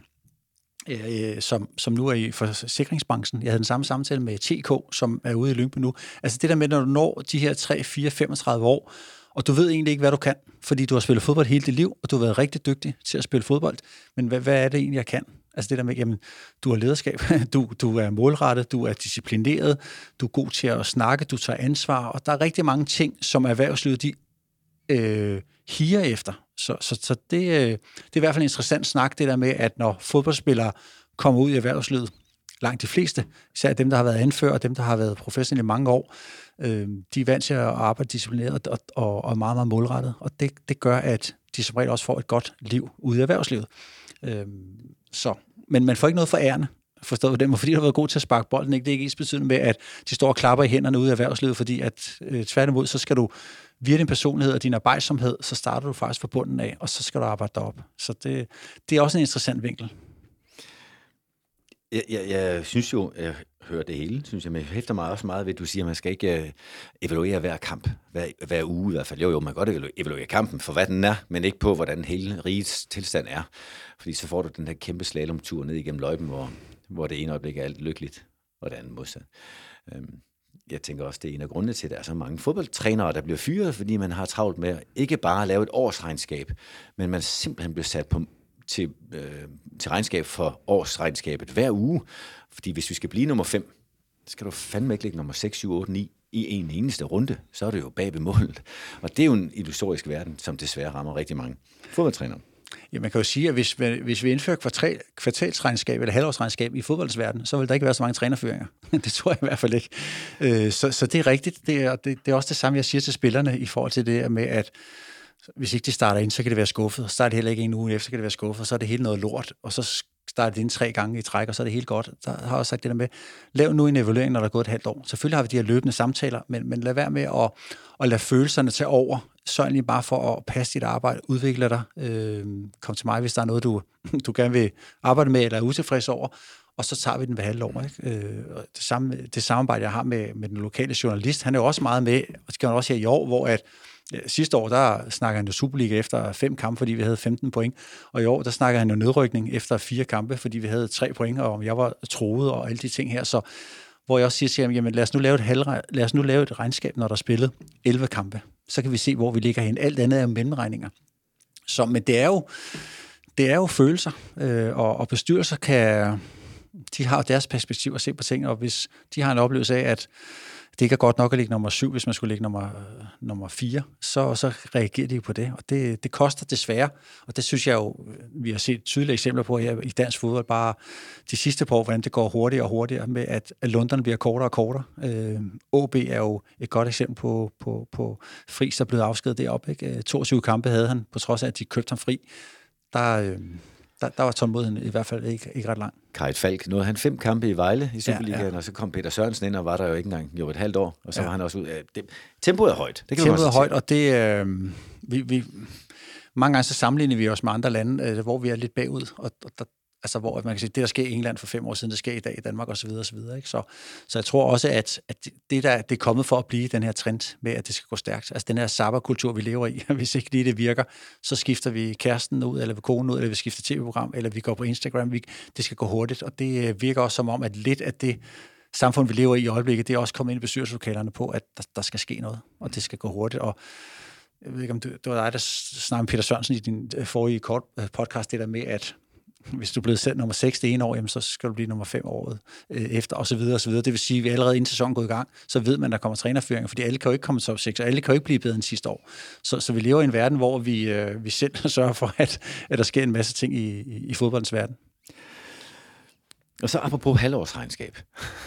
[SPEAKER 3] Som, som nu er i forsikringsbranchen. Jeg havde den samme samtale med T K, som er ude i Lyngby nu. Altså det der med, når du når de her tre, fire, femogtredive år, og du ved egentlig ikke, hvad du kan, fordi du har spillet fodbold hele dit liv, og du har været rigtig dygtig til at spille fodbold, men hvad, hvad er det egentlig, jeg kan? Altså det der med, jamen, du har lederskab, du, du er målrettet, du er disciplineret, du er god til at snakke, du tager ansvar, og der er rigtig mange ting, som erhvervslivet, de øh, higer efter. Så, så, så det, det er i hvert fald en interessant snak, det der med, at når fodboldspillere kommer ud i erhvervslivet, langt de fleste, især dem, der har været anfører, og dem, der har været professionelle i mange år, øh, de er vant til at arbejde disciplineret og, og, og meget, meget målrettet. Og det, det gør, at de som regel også får et godt liv ude i erhvervslivet. Øh, så. Men man får ikke noget for ærende, forstået på dem, fordi du har været god til at sparke bolden. Ikke? Det er ikke ens betydende med, at de står og klapper i hænderne ude i erhvervslivet, fordi at øh, tværtimod, så skal du via din personlighed og din arbejdsomhed, så starter du faktisk fra bunden af, og så skal du arbejde derop. Så det, det er også en interessant vinkel.
[SPEAKER 2] Jeg, jeg, jeg synes jo, jeg hører det hele, synes jeg, men jeg hæfter mig også meget ved, at du siger, at man skal ikke uh, evaluere hver kamp, hver, hver uge i hvert fald. Jo, jo, man kan godt evaluere kampen for, hvad den er, men ikke på, hvordan hele rigets tilstand er. Fordi så får du den her kæmpe slalomtur ned igennem løjpen, hvor, hvor det ene øjeblik er alt lykkeligt, og det andet modsat. Um, Jeg tænker også, det er en af grundene til, at der er så mange fodboldtrænere, der bliver fyret, fordi man har travlt med ikke bare at lave et årsregnskab, men man simpelthen bliver sat på, til, øh, til regnskab for årsregnskabet hver uge. Fordi hvis vi skal blive nummer fem, så skal du fandme ikke ligge nummer seks, syv, otte, ni i en eneste runde. Så er det jo bag ved målet. Og det er jo en illusorisk verden, som desværre rammer rigtig mange fodboldtrænere.
[SPEAKER 3] Ja, man kan jo sige, at hvis, hvis vi indfører kvartal, kvartalsregnskab eller halvårsregnskab i fodboldens verden, så vil der ikke være så mange trænerføringer. Det tror jeg i hvert fald ikke. Øh, så, så det er rigtigt. Det er, det, det er også det samme, jeg siger til spillerne i forhold til det med, at hvis ikke de starter ind, så kan det være skuffet. Starter det heller ikke en uge efter, så kan det være skuffet. Så er det hele noget lort, og så starter det ind tre gange i træk, og så er det helt godt. Der har jeg også sagt det der med, lav nu en evaluering, når der er gået et halvt år. Selvfølgelig har vi de her løbende samtaler, men, men lad være med at, at lade følelserne tage over. Sørg egentlig bare for at passe dit arbejde, udvikle dig. Øh, kom til mig, hvis der er noget, du, du gerne vil arbejde med, eller er utilfreds over, og så tager vi den ved halvt år. Ikke? Øh, det, samme, det samarbejde, jeg har med, med den lokale journalist, han er jo også meget med, og det skal han også her i år, hvor at ja, sidste år, der snakker han jo Superliga efter fem kampe, fordi vi havde femten point. Og i år, der snakker han jo nedrykning efter fire kampe, fordi vi havde tre point, og jeg var troet og alle de ting her. Så hvor jeg også siger til ham, jamen lad os nu lave et, halvre, lad os nu lave et regnskab, når der er spillet elleve kampe. Så kan vi se, hvor vi ligger hen. Alt andet er jo mellemregninger. Så, men det er jo, det er jo følelser, øh, og, og bestyrelser kan, de har deres perspektiv at se på ting, og hvis de har en oplevelse af, at det ikke er godt nok at ligge nummer syv, hvis man skulle ligge nummer, nummer fire, så, så reagerer de på det, og det, det koster desværre, og det synes jeg jo, vi har set tydelige eksempler på her i dansk fodbold, bare de sidste par år, hvordan det går hurtigere og hurtigere med, at London bliver kortere og kortere. Øh, O B er jo et godt eksempel på, på, på Friis, der er blevet afskedet deroppe. Ikke? toogtyve kampe havde han, på trods af, at de købte ham fri. Der, øh, der, der var tålmodigheden i hvert fald ikke, ikke ret lang.
[SPEAKER 2] Kajt Falk, nåede han fem kampe i Vejle i Superligaen, ja, ja. Og så kom Peter Sørensen ind, og var der jo ikke engang jo et halvt år, og så ja. var han også ud af... Det, tempoet er højt. Det kan
[SPEAKER 3] tempoet er højt, og det... Øh, vi, vi, mange gange så sammenligner vi os med andre lande, øh, hvor vi er lidt bagud, og, og der, altså hvor man kan sige, det der sker i England for fem år siden, det sker i dag i Danmark osv. osv. Ikke? Så, så jeg tror også, at, at det der det er kommet for at blive den her trend med, at det skal gå stærkt. Altså den her sabberkultur, vi lever i, hvis ikke lige det virker, så skifter vi kæresten ud, eller vi konen ud, eller vi skifter tv-program, eller vi går på Instagram. Vi, det skal gå hurtigt, og det virker også som om, at lidt af det samfund, vi lever i i øjeblikket, det er også kommet ind i bestyrelseslokalerne på, at der, der skal ske noget, og det skal gå hurtigt. Og jeg ved ikke, om du, det var dig, der snakkede med Peter Sørensen i din forrige kort podcast, det der med, at hvis du er blevet sendt nummer seks det ene år, jamen, så skal du blive nummer fem året øh, efter, og så videre, og så videre. Det vil sige, at vi allerede inden sæsonen går i gang, så ved man, at der kommer trænerføringer, fordi alle kan jo ikke komme til top seks, og alle kan jo ikke blive bedre end sidste år. Så, så vi lever i en verden, hvor vi, øh, vi selv sørger for, at, at der sker en masse ting i, i, i fodboldens verden.
[SPEAKER 2] Og så apropos halvårsregnskab.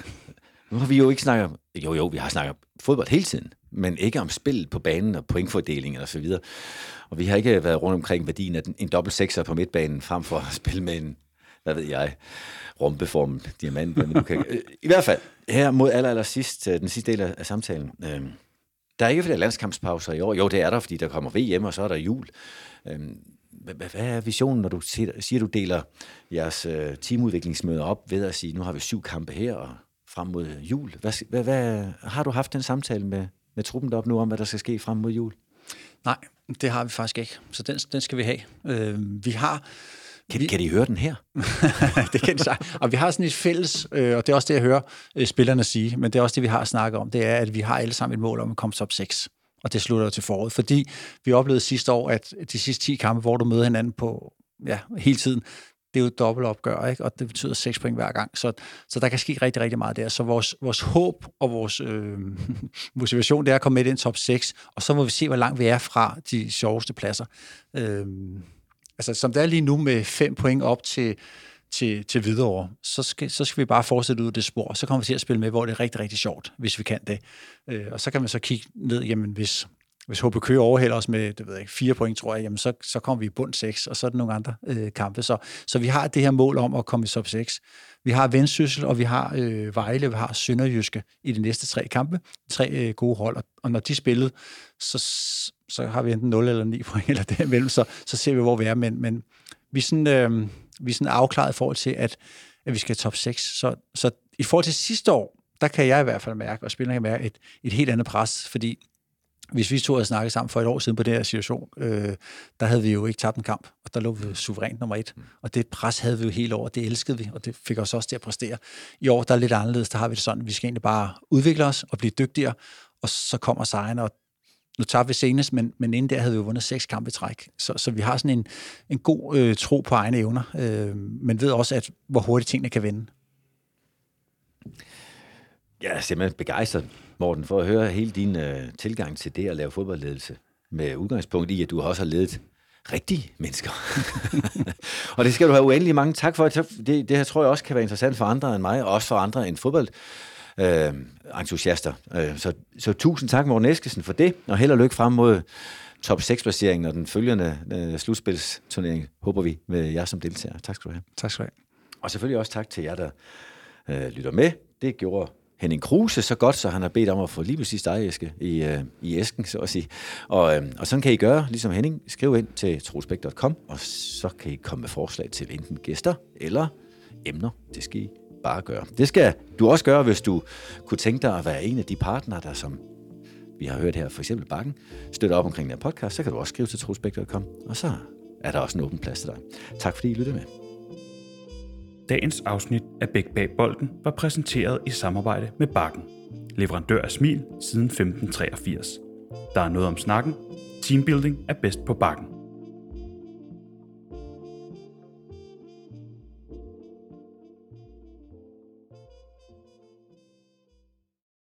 [SPEAKER 2] Nu har vi jo ikke snakket, jo jo, vi har snakket fodbold hele tiden, men ikke om spil på banen og pointfordeling og så videre. Og vi har ikke været rundt omkring værdien af en dobbelt sekser på midtbanen, frem for at spille med en, hvad ved jeg, rumpeformet diamant. Men du kan, i hvert fald, her mod aller, aller sidst, den sidste del af samtalen, øh, der er ikke flere landskampspauser i år. Jo, det er der, fordi der kommer V M, og så er der jul. Øh, hvad er visionen, når du siger, du deler jeres teamudviklingsmøder op ved at sige, nu har vi syv kampe her, og frem mod jul. Hvad, hvad, hvad, har du haft den samtale med, med truppen deroppe nu om, hvad der skal ske frem mod jul?
[SPEAKER 3] Nej, det har vi faktisk ikke. Så den, den skal vi have. Øh, vi har...
[SPEAKER 2] Kan, vi, kan de høre den her?
[SPEAKER 3] Det kan de sige. Og vi har sådan et fælles, øh, og det er også det, jeg hører øh, spillerne sige, men det er også det, vi har snakket om, det er, at vi har alle sammen et mål om at komme top seks. Og det slutter jo til foråret, fordi vi oplevede sidste år, at de sidste ti kampe, hvor du møder hinanden på ja, hele tiden, det er jo et dobbeltopgør, ikke? Og det betyder seks point hver gang. Så, så der kan ske rigtig, rigtig meget der. Så vores, vores håb og vores øh, motivation, det er at komme med i den top seks, og så må vi se, hvor langt vi er fra de sjoveste pladser. Øh, altså, som det er lige nu med fem point op til, til, til Hvidovre, så skal, så skal vi bare fortsætte ud af det spor. Så kommer vi til at spille med, hvor det er rigtig, rigtig sjovt, hvis vi kan det. Øh, og så kan man så kigge ned, jamen hvis... Hvis H B Køge overhælder os med, det ved jeg ikke, fire point, tror jeg, jamen så, så kommer vi i bund seks, og så er der nogle andre øh, kampe. Så, så vi har det her mål om at komme i top seks. Vi har Vendsyssel, og vi har øh, Vejle, vi har Sønderjyske i de næste tre kampe. Tre øh, gode hold, og, og når de spillede, så, så har vi enten nul eller ni point, eller derimellem, så, så ser vi, hvor vi er. Men, men vi er sådan, øh, vi er sådan afklaret i forhold til, at, at vi skal i top seks. Så, så i forhold til sidste år, der kan jeg i hvert fald mærke, og spillerne kan mærke et, et helt andet pres, fordi hvis vi to havde snakket sammen for et år siden på den her situation, øh, der havde vi jo ikke tabt en kamp, og der lå vi suverænt nummer et. Og det pres havde vi jo hele året, det elskede vi, og det fik os også til at præstere. I år, der er lidt anderledes, der har vi det sådan, vi skal egentlig bare udvikle os og blive dygtigere, og så kommer sejren, og nu tager vi senest, men, men inden der havde vi jo vundet seks kampe i træk. Så, så vi har sådan en, en god øh, tro på egne evner, øh, men ved også, at hvor hurtigt tingene kan vende.
[SPEAKER 2] Jeg er simpelthen begejstret, Morten, for at høre hele din øh, tilgang til det at lave fodboldledelse, med udgangspunkt i, at du også har ledet rigtige mennesker. Og det skal du have uendelig mange tak for. Det, det her tror jeg også kan være interessant for andre end mig, og også for andre end fodbold. Øh, entusiaster. Øh, så, så tusind tak, Morten Eskesen, for det, og held og lykke frem mod top seks-placeringen og den følgende øh, slutspilsturnering, håber vi, med jer som deltager. Tak skal du have.
[SPEAKER 3] Tak skal du have.
[SPEAKER 2] Og selvfølgelig også tak til jer, der øh, lytter med. Det gjorde Henning Kruse så godt, så han har bedt om at få lige præcis dig, Eske, i, øh, i æsken, så at sige. Og, øh, og sådan kan I gøre, ligesom Henning. Skriv ind til troelsbæk punktum com, og så kan I komme med forslag til enten gæster eller emner. Det skal I bare gøre. Det skal du også gøre, hvis du kunne tænke dig at være en af de partnere, der som vi har hørt her, for eksempel Bakken, støtter op omkring den her podcast, så kan du også skrive til troelsbæk punktum com, og så er der også en åben plads til dig. Tak fordi I lyttede med.
[SPEAKER 1] Dagens afsnit af Bæk bag bolden var præsenteret i samarbejde med Bakken, leverandør af smil siden femten treogfirs. Der er noget om snakken. Teambuilding er bedst på Bakken.